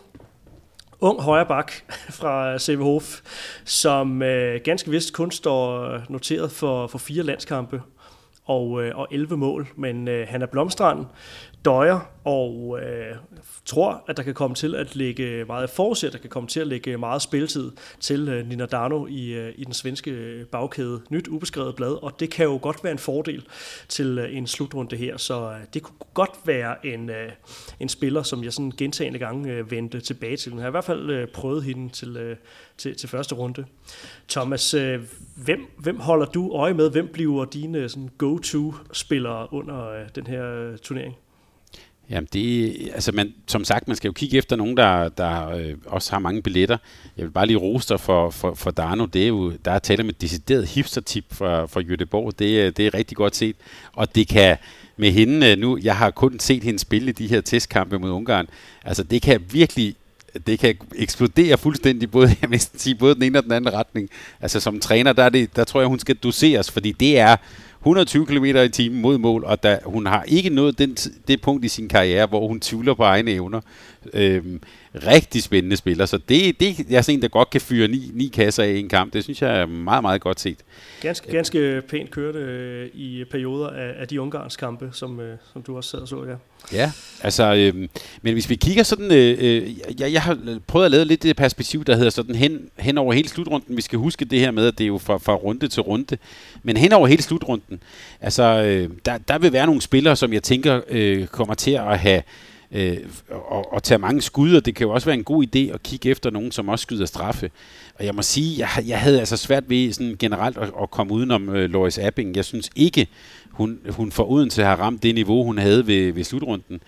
ung højrebak fra Sävehof, som øh, ganske vist kun står noteret for, for fire landskampe og, øh, og elleve mål, men øh, han er blomstrand, døjer, og øh, tror, at der kan komme til at lægge meget forudset, der kan komme til at lægge meget spilletid til øh, Nina Dano i, øh, i den svenske bagkæde. Nyt ubeskrevet blad, og det kan jo godt være en fordel til øh, en slutrunde her, så øh, det kunne godt være en, øh, en spiller, som jeg sådan gentagende gange øh, vendte tilbage til. Jeg har i hvert fald øh, prøvet hende til, øh, til, til første runde. Thomas, øh, hvem, hvem holder du øje med? Hvem bliver dine sådan, go-to-spillere under øh, den her øh, turnering? Jamen det, altså man, som sagt, man skal jo kigge efter nogen, der, der øh, også har mange billetter. Jeg vil bare lige rose dig for, for, for Dano. Det er jo, der er tale om et decideret hipster-tip fra, fra Göteborg. Det, det er rigtig godt set. Og det kan med hende nu, jeg har kun set hende spille de her testkampe mod Ungarn. Altså det kan virkelig, det kan eksplodere fuldstændig, både, jeg vil sige, både den ene og den anden retning. Altså som træner, der, er det, der tror jeg, hun skal doseres, fordi det er hundrede og tyve kilometer i timen mod mål, og da, hun har ikke nået den, det punkt i sin karriere, hvor hun tvivler på egne evner. Øhm, rigtig spændende spiller, så det, det er sådan en, der godt kan fyre ni, ni kasser af i en kamp. Det synes jeg er meget, meget godt set. Ganske, ganske pænt kørte øh, i perioder af, af de ungarske kampe, som, øh, som du også sad og så, ja. Ja, altså, øh, men hvis vi kigger sådan, øh, jeg, jeg har prøvet at lave lidt det perspektiv, der hedder sådan hen, hen over hele slutrunden. Vi skal huske det her med, at det er jo fra, fra runde til runde, men hen over hele slutrunden, altså, øh, der, der vil være nogle spillere, som jeg tænker øh, kommer til at have øh, og, og tage mange skud, og det kan jo også være en god idé at kigge efter nogen, som også skyder straffe. Og jeg må sige, jeg, jeg havde altså svært ved sådan generelt at, at komme udenom øh, Lois Abing. Jeg synes ikke, hun, hun for Odense har ramt det niveau, hun havde ved, ved slutrunden.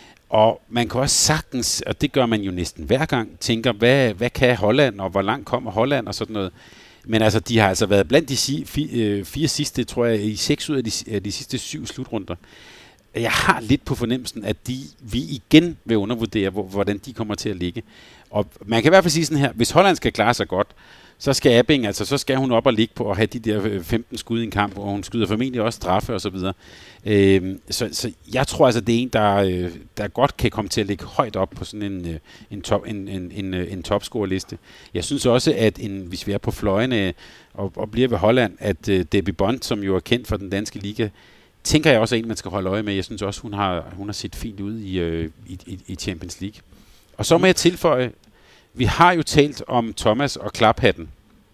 Og man kan også sagtens, og det gør man jo næsten hver gang, tænker, hvad, hvad kan Holland, og hvor langt kommer Holland, og sådan noget. Men altså, de har altså været blandt de si, fi, øh, fire sidste, tror jeg, i seks ud af de, af de sidste syv slutrunder. Jeg har lidt på fornemmelsen, at de, vi igen vil undervurdere, hvordan de kommer til at ligge. Og man kan i hvert fald sige sådan her, hvis Holland skal klare sig godt, så skal Abing, altså så skal hun op og ligge på at have de der femten skud i en kamp, og hun skyder formentlig også straffe og så videre. Øhm, så, så jeg tror altså, det er en, der, der godt kan komme til at ligge højt op på sådan en, en, top, en, en, en, en topscore-liste. Jeg synes også, at en, hvis vi er på fløjene og, og bliver ved Holland, at uh, Debbie Bond, som jo er kendt for den danske liga, tænker jeg også er en, man skal holde øje med. Jeg synes også, hun har, hun har set fint ud i, øh, i, i Champions League. Og så må jeg tilføje, vi har jo talt om Thomas og klaphatten.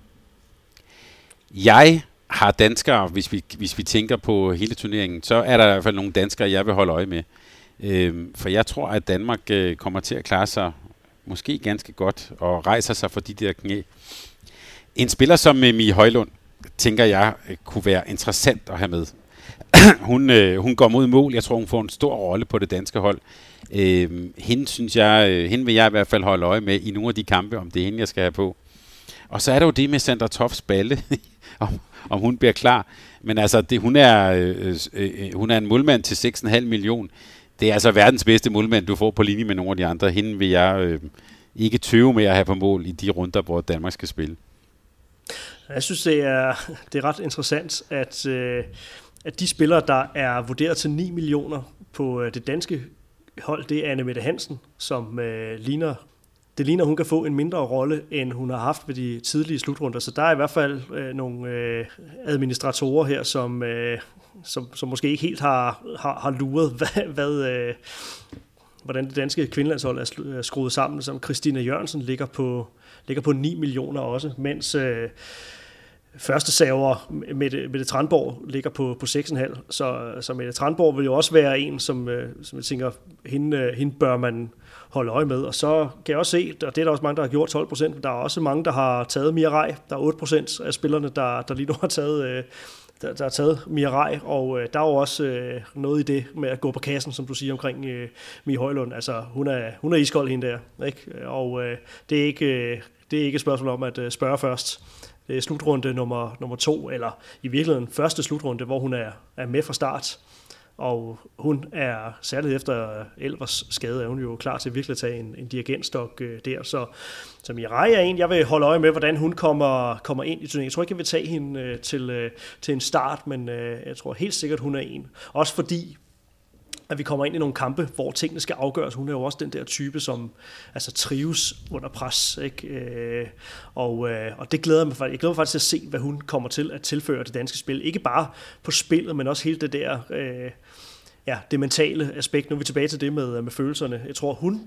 Jeg har danskere, hvis vi, hvis vi tænker på hele turneringen, så er der i hvert fald nogle danskere, jeg vil holde øje med. Øhm, for jeg tror, at Danmark øh, kommer til at klare sig måske ganske godt og rejser sig for de der knæ. En spiller som Mie Højlund, tænker jeg, kunne være interessant at have med. hun, øh, hun går mod mål. Jeg tror, hun får en stor rolle på det danske hold. Øh, hende, synes jeg, øh, hende vil jeg i hvert fald holde øje med i nogle af de kampe, om det er hende, jeg skal have på. Og så er der jo det med Sandra Toffs balle, om, om hun bliver klar. Men altså, det, hun, er, øh, øh, hun er en målmand til seks komma fem millioner. Det er altså verdens bedste målmand, du får på linje med nogle af de andre. Hende vil jeg øh, ikke tøve med at have på mål i de runder, hvor Danmark skal spille. Jeg synes, det er, det er ret interessant, at, øh, at de spillere, der er vurderet til ni millioner på øh, det danske hold, det er Anne Mette Hansen, som øh, ligner, det ligner, hun kan få en mindre rolle, end hun har haft ved de tidlige slutrunder. Så der er i hvert fald øh, nogle øh, administratorer her, som, øh, som, som måske ikke helt har, har, har luret, hvad, hvad, øh, hvordan det danske kvindelandshold er skruet sammen, som Christina Jørgensen ligger på, ligger på ni millioner også, mens øh, første server Mette, Mette Tranborg ligger på, på seks komma fem. Så, så Mette Tranborg vil jo også være en, som, øh, som jeg tænker, hende, hende bør man holde øje med. Og så kan jeg også se, og det er der også mange, der har gjort tolv procent, men der er også mange, der har taget Mirai. Der er otte procent af spillerne, der, der lige nu har taget, øh, der, der har taget Mirai, og øh, der er jo også øh, noget i det med at gå på kassen, som du siger omkring øh, Mie Højlund. Altså, hun er, hun er iskold hende der, ikke? Og øh, det er ikke, øh, det er ikke et spørgsmål om at øh, spørge først. Det er slutrunde nummer, nummer to, eller i virkeligheden første slutrunde, hvor hun er, er med fra start. Og hun er, særligt efter Elvers skade, er hun jo klar til virkelig at tage en, en dirigentstok øh, der. Så, så Mirai er en, jeg vil holde øje med, hvordan hun kommer, kommer ind i turneringen. Jeg tror ikke, jeg vil tage hende øh, til, øh, til en start, men øh, jeg tror helt sikkert, hun er en. Også fordi, at vi kommer ind i nogle kampe, hvor tingene skal afgøres. Hun er jo også den der type, som altså, trives under pres. Ikke? Øh, og, øh, og det glæder mig faktisk. Jeg glæder mig faktisk til at se, hvad hun kommer til at tilføre det danske spil. Ikke bare på spillet, men også hele det der, øh, ja, det mentale aspekt. Nu er vi tilbage til det med, med følelserne. Jeg tror, hun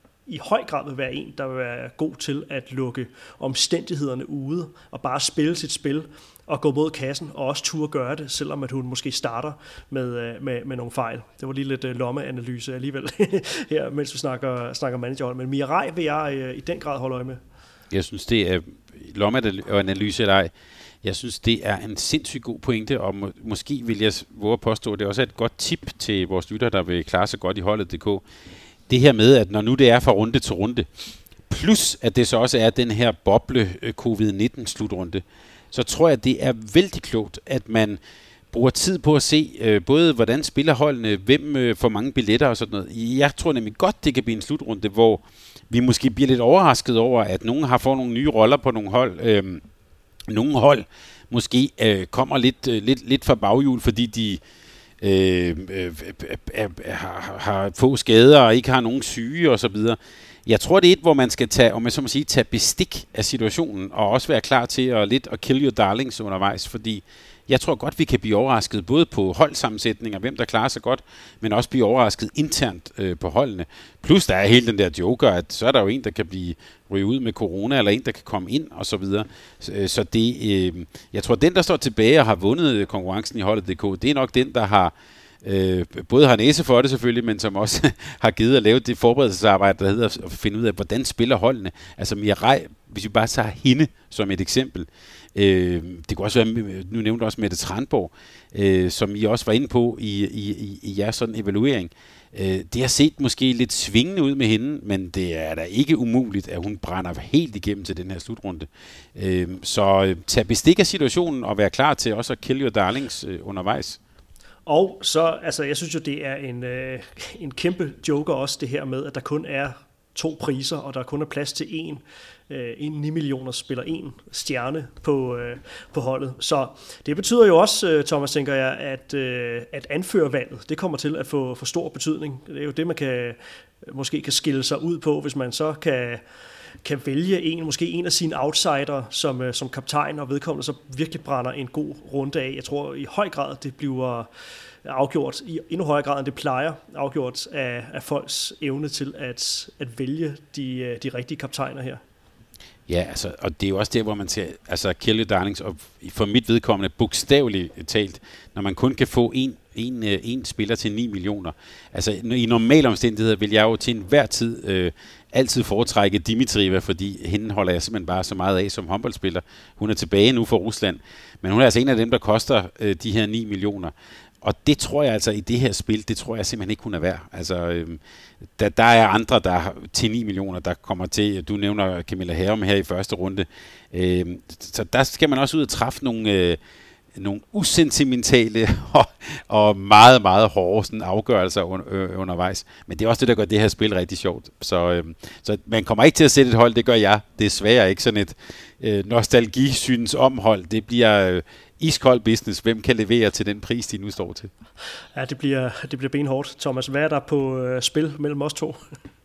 i høj grad vil være en, der vil være god til at lukke omstændighederne ude og bare spille sit spil og gå mod kassen og også turde gøre det, selvom at hun måske starter med, med, med nogle fejl. Det var lige lidt lommeanalyse alligevel her, mens vi snakker, snakker managerhold. Men Mirai vil jeg i den grad holde øje med. Jeg synes, det er lommeanalyse eller ej. Jeg synes, det er en sindssygt god pointe, og må, måske vil jeg våge at påstå, at det også er et godt tip til vores lytter, der vil klare sig godt i holdet punktum d k. Det her med, at når nu det er fra runde til runde, plus at det så også er den her boble covid nitten slutrunde, så tror jeg, det er vældig klogt, at man bruger tid på at se øh, både, hvordan spiller holdene, hvem øh, får mange billetter og sådan noget. Jeg tror nemlig godt, det kan blive en slutrunde, hvor vi måske bliver lidt overrasket over, at nogen har fået nogle nye roller på nogle hold. Øh, nogle hold måske øh, kommer lidt, øh, lidt, lidt fra baghjul, fordi de øh, øh, øh, har, har få skader og ikke har nogen syge og så videre. Jeg tror, det er et, hvor man skal tage, om man så må sige, tage bestik af situationen, og også være klar til at lidt at kill your darlings undervejs, fordi jeg tror godt, vi kan blive overrasket både på holdsammensætninger, hvem der klarer sig godt, men også blive overrasket internt øh, på holdene. Plus der er hele den der joker, at så er der jo en, der kan blive ryge ud med corona, eller en, der kan komme ind, og så videre. Så, så det, øh, jeg tror, den, der står tilbage og har vundet konkurrencen i holdet punktum d k, det er nok den, der har Øh, både har næse for det selvfølgelig, men som også har givet at lave det forberedelsesarbejde, der hedder at finde ud af, hvordan spiller holdene. Altså Mirai, hvis vi bare tager hende som et eksempel. Øh, det kunne også være, nu nævnte også Mette Tranborg, øh, som I også var inde på i, i, i, i jeres sådan evaluering. Øh, det har set måske lidt svingende ud med hende, men det er da ikke umuligt, at hun brænder helt igennem til den her slutrunde. Øh, så tag bestik af situationen og vær klar til også at kill your darlings øh, undervejs. Og så, altså jeg synes jo, det er en, øh, en kæmpe joker også, det her med, at der kun er to priser, og der kun er plads til en, øh, en ni millioner spiller en stjerne på, øh, på holdet. Så det betyder jo også, Thomas, tænker jeg, at, øh, at anførervalget, det kommer til at få for stor betydning. Det er jo det, man kan, måske kan skille sig ud på, hvis man så kan kan vælge en, måske en af sine outsider som, som kaptajn, og vedkommende så virkelig brænder en god runde af. Jeg tror i høj grad, det bliver afgjort, i endnu højere grad end det plejer, afgjort af, af folks evne til at, at vælge de, de rigtige kaptajner her. Ja, altså, og det er jo også der, hvor man ser, altså kill your darlings, og for mit vedkommende bogstaveligt talt, når man kun kan få en, en, en spiller til ni millioner. Altså i normale omstændigheder vil jeg jo til enhver tid øh, altid foretrække Dimitrieva, fordi hende holder jeg simpelthen bare så meget af som håndboldspiller. Hun er tilbage nu for Rusland, men hun er altså en af dem, der koster øh, de her ni millioner. Og det tror jeg altså i det her spil, det tror jeg simpelthen ikke, hun er værd. Altså, øhm, der, der er andre, der til ni millioner, der kommer til. Du nævner Camilla Herrum her i første runde. Øhm, så der skal man også ud og træffe nogle, øh, nogle usentimentale og, og meget, meget hårde sådan, afgørelser un, øh, undervejs. Men det er også det, der gør det her spil rigtig sjovt. Så, øh, så man kommer ikke til at sætte et hold, det gør jeg. Det er svært ikke sådan et øh, nostalgisyns omhold. Det bliver øh, iskold business. Hvem kan levere til den pris, de nu står til? Ja, det bliver, det bliver benhårdt. Thomas, hvad er der på øh, spil mellem os to?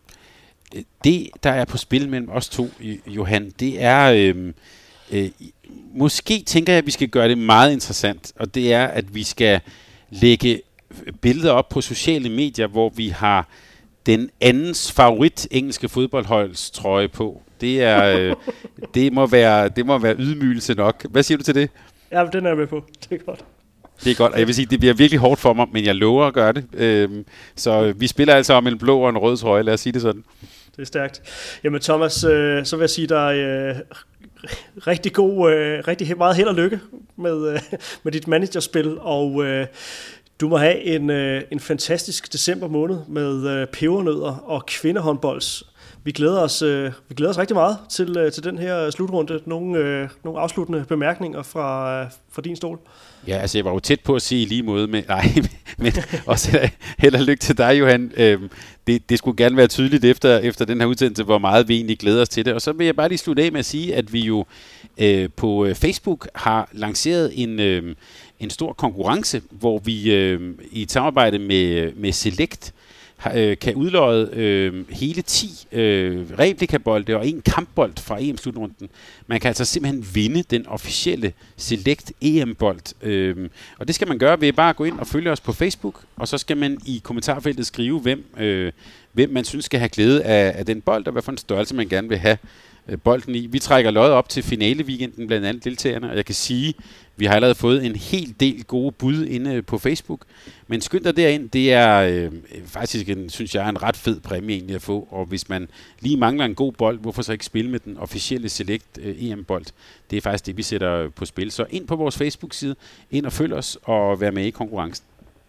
Det, der er på spil mellem os to, Johan, det er... Øh, øh, måske tænker jeg, at vi skal gøre det meget interessant, og det er, at vi skal lægge billeder op på sociale medier, hvor vi har den andens favorit engelske fodboldholds trøje på. Det er øh, det må være det må være ydmygelse nok. Hvad siger du til det? Ja, den er jeg med på. Det er godt. Det er godt, og jeg vil sige, det bliver virkelig hårdt for mig, men jeg lover at gøre det. Øhm, så vi spiller altså om en blå og en rød trøje, lad os sige det sådan. Det er stærkt. Jamen Thomas, øh, så vil jeg sige dig øh, rigtig god, øh, rigtig meget held og lykke med, øh, med dit managerspil, og øh, du må have en, øh, en fantastisk december måned med øh, pebernødder og kvindehåndbolds. Vi glæder os, øh, vi glæder os rigtig meget til, øh, til den her slutrunde. Nogle, øh, nogle afsluttende bemærkninger fra, øh, fra din stol? Ja, altså jeg var jo tæt på at sige lige måde, men nej, men også held og lykke til dig, Johan. Øhm, det, det skulle gerne være tydeligt efter, efter den her udsendelse, hvor meget vi egentlig glæder os til det. Og så vil jeg bare lige slutte af med at sige, at vi jo øh, på Facebook har lanceret en, øh, en stor konkurrence, hvor vi øh, i et samarbejde med, med Select kan udløje øh, hele ti øh, replikabolde og en kampbold fra E M-slutrunden. Man kan altså simpelthen vinde den officielle Select E M-bold. Øh, og det skal man gøre ved bare at gå ind og følge os på Facebook, og så skal man i kommentarfeltet skrive, hvem, øh, hvem man synes skal have glæde af, af den bold, og hvad for en størrelse man gerne vil have øh, bolden i. Vi trækker loddet op til finaleweekenden blandt andet deltagerne, og jeg kan sige, vi har allerede fået en hel del gode bud inde på Facebook, men skynd dig derind, det er øh, faktisk, en, synes jeg, en ret fed præmie egentlig at få, og hvis man lige mangler en god bold, hvorfor så ikke spille med den officielle Select øh, E M-bold? Det er faktisk det, vi sætter på spil. Så ind på vores Facebook-side, ind og følg os og vær med i konkurrencen.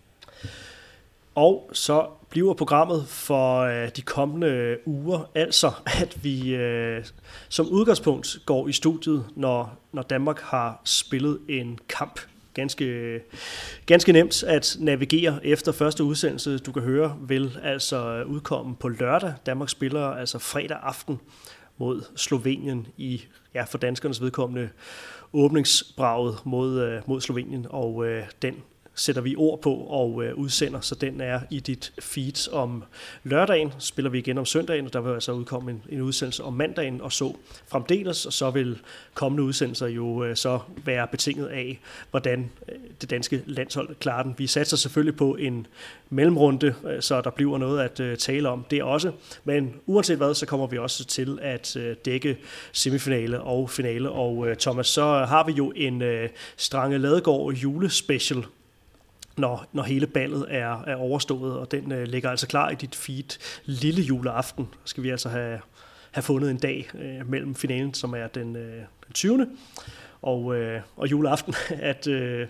Og så bliver programmet for øh, de kommende uger, altså at vi øh, som udgangspunkt går i studiet, når, når Danmark har spillet en kamp. Ganske, ganske nemt at navigere efter første udsendelse, du kan høre, vil altså udkomme på lørdag. Danmark spiller altså fredag aften mod Slovenien i, ja, for danskernes vedkommende, åbningsbraget mod, mod Slovenien, og øh, den sætter vi ord på og øh, udsender, så den er i dit feed om lørdagen. Spiller vi igen om søndagen, og der vil altså udkomme en, en udsendelse om mandagen, og så fremdeles, og så vil kommende udsendelser jo øh, så være betinget af, hvordan øh, det danske landshold klarer den. Vi satser selvfølgelig på en mellemrunde, øh, så der bliver noget at øh, tale om det også, men uanset hvad, så kommer vi også til at øh, dække semifinale og finale, og øh, Thomas, så har vi jo en øh, Strange Ladegaard julespecial, Når, når hele ballet er, er overstået, og den øh, ligger altså klar i dit feed lille juleaften. Så skal vi altså have, have fundet en dag øh, mellem finalen, som er den, øh, den tyvende og, øh, og juleaften, at, øh,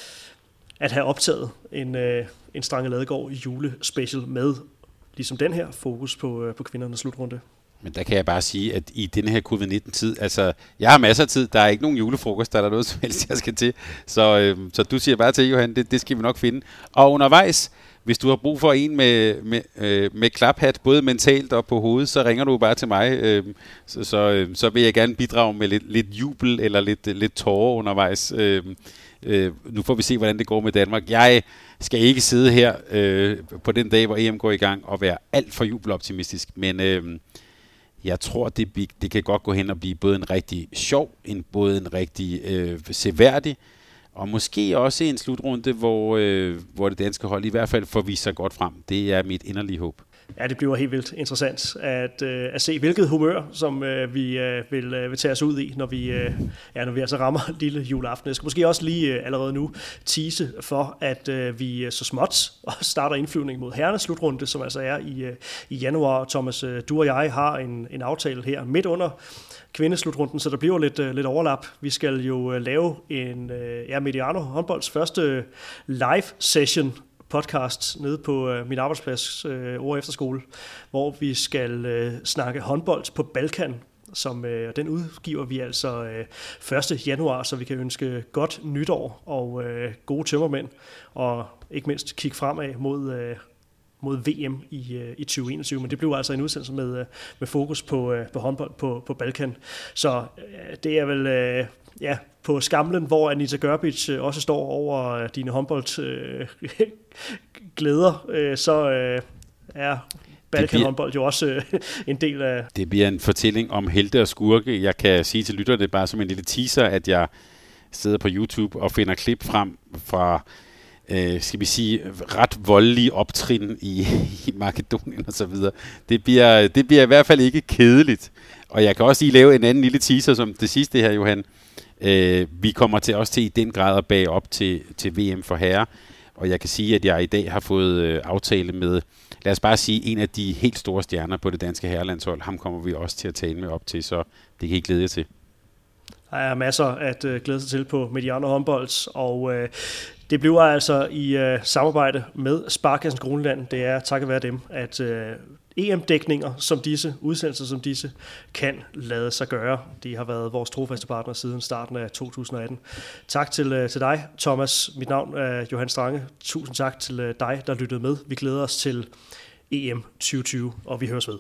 at have optaget en, øh, en Strange Ladegaard julespecial med, ligesom den her, fokus på, øh, på kvindernes slutrunde. Men der kan jeg bare sige, at i denne her covid nitten-tid, altså, jeg har masser af tid, der er ikke nogen julefrokost, der er der noget som helst, jeg skal til. Så, øh, så du siger bare til, Johan, det, det skal vi nok finde. Og undervejs, hvis du har brug for en med, med, øh, med klaphat, både mentalt og på hovedet, så ringer du bare til mig. Øh, så, så, øh, så vil jeg gerne bidrage med lidt, lidt jubel eller lidt, lidt tårer undervejs. Øh, øh, nu får vi se, hvordan det går med Danmark. Jeg skal ikke sidde her øh, på den dag, hvor E M går i gang, og være alt for jubeloptimistisk, men Øh, jeg tror, det, det kan godt gå hen og blive både en rigtig sjov, en, både en rigtig øh, seværdig, og måske også en slutrunde, hvor, øh, hvor det danske hold i hvert fald får vist sig godt frem. Det er mit inderlige håb. Ja, det bliver helt vildt interessant at, øh, at se, hvilket humør, som øh, vi øh, vil, øh, vil tage os ud i, når vi, øh, ja, når vi altså rammer lille juleaften. Jeg skal måske også lige øh, allerede nu tease for, at øh, vi så småt starter indflyvning mod herrenes slutrunde, som altså er i, øh, i januar. Thomas, øh, du og jeg har en, en aftale her midt under kvindeslutrunden, så der bliver lidt, øh, lidt overlap. Vi skal jo øh, lave en øh, ja, Mediano håndbolds første live session podcast nede på øh, min arbejdsplads øh, over efterskole, hvor vi skal øh, snakke håndbold på Balkan, som øh, den udgiver vi altså øh, første januar, så vi kan ønske godt nytår og øh, gode tømmermænd, og ikke mindst kigge fremad mod øh, mod V M i, øh, i tyve enogtyve, men det bliver altså en udsendelse med, øh, med fokus på, øh, på håndbold på, på Balkan. Så øh, det er vel øh, ja, på skamlen, hvor Anita Görbic øh, også står over øh, dine håndboldglæder, øh, øh, så øh, er Balkan håndbold jo også øh, en del af... Det bliver en fortælling om helte og skurke. Jeg kan sige til lytterne bare som en lille teaser, at jeg sidder på YouTube og finder klip frem fra øh, skal vi sige, ret voldelige optrin i, i Makedonien og så videre. Det bliver, det bliver i hvert fald ikke kedeligt. Og jeg kan også lige lave en anden lille teaser som det sidste her, Johan. Øh, vi kommer til også til i den grad at bage op til, til V M for herrer, og jeg kan sige, at jeg i dag har fået øh, aftale med, lad os bare sige, en af de helt store stjerner på det danske herrelandshold. Ham kommer vi også til at tale med op til, så det kan I glæde jer til. Der er masser at øh, glæde sig til på Mediano Håndbolds, og øh, det bliver altså i øh, samarbejde med Sparekassen Kroneland. Det er takket være dem, at øh, E M-dækninger som disse, udsendelser som disse, kan lade sig gøre. De har været vores trofaste partner siden starten af to tusind og atten. Tak til, øh, til dig, Thomas. Mit navn er Johan Strange. Tusind tak til øh, dig, der lyttede med. Vi glæder os til E M tyve tyve, og vi høres ved.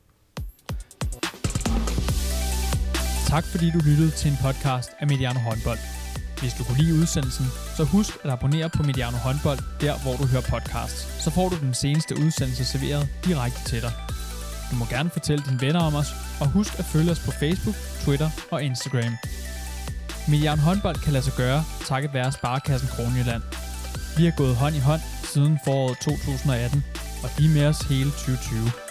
Tak fordi du lyttede til en podcast af Mediano Håndbold. Hvis du kunne lide udsendelsen, så husk at abonnere på Mediano Håndbold, der hvor du hører podcasts. Så får du den seneste udsendelse serveret direkte til dig. Du må gerne fortælle dine venner om os, og husk at følge os på Facebook, Twitter og Instagram. Mediano Håndbold kan lade sig gøre, takket være Sparekassen Kronjylland. Vi har gået hånd i hånd siden foråret to tusind og atten, og de er med os hele tyve tyve.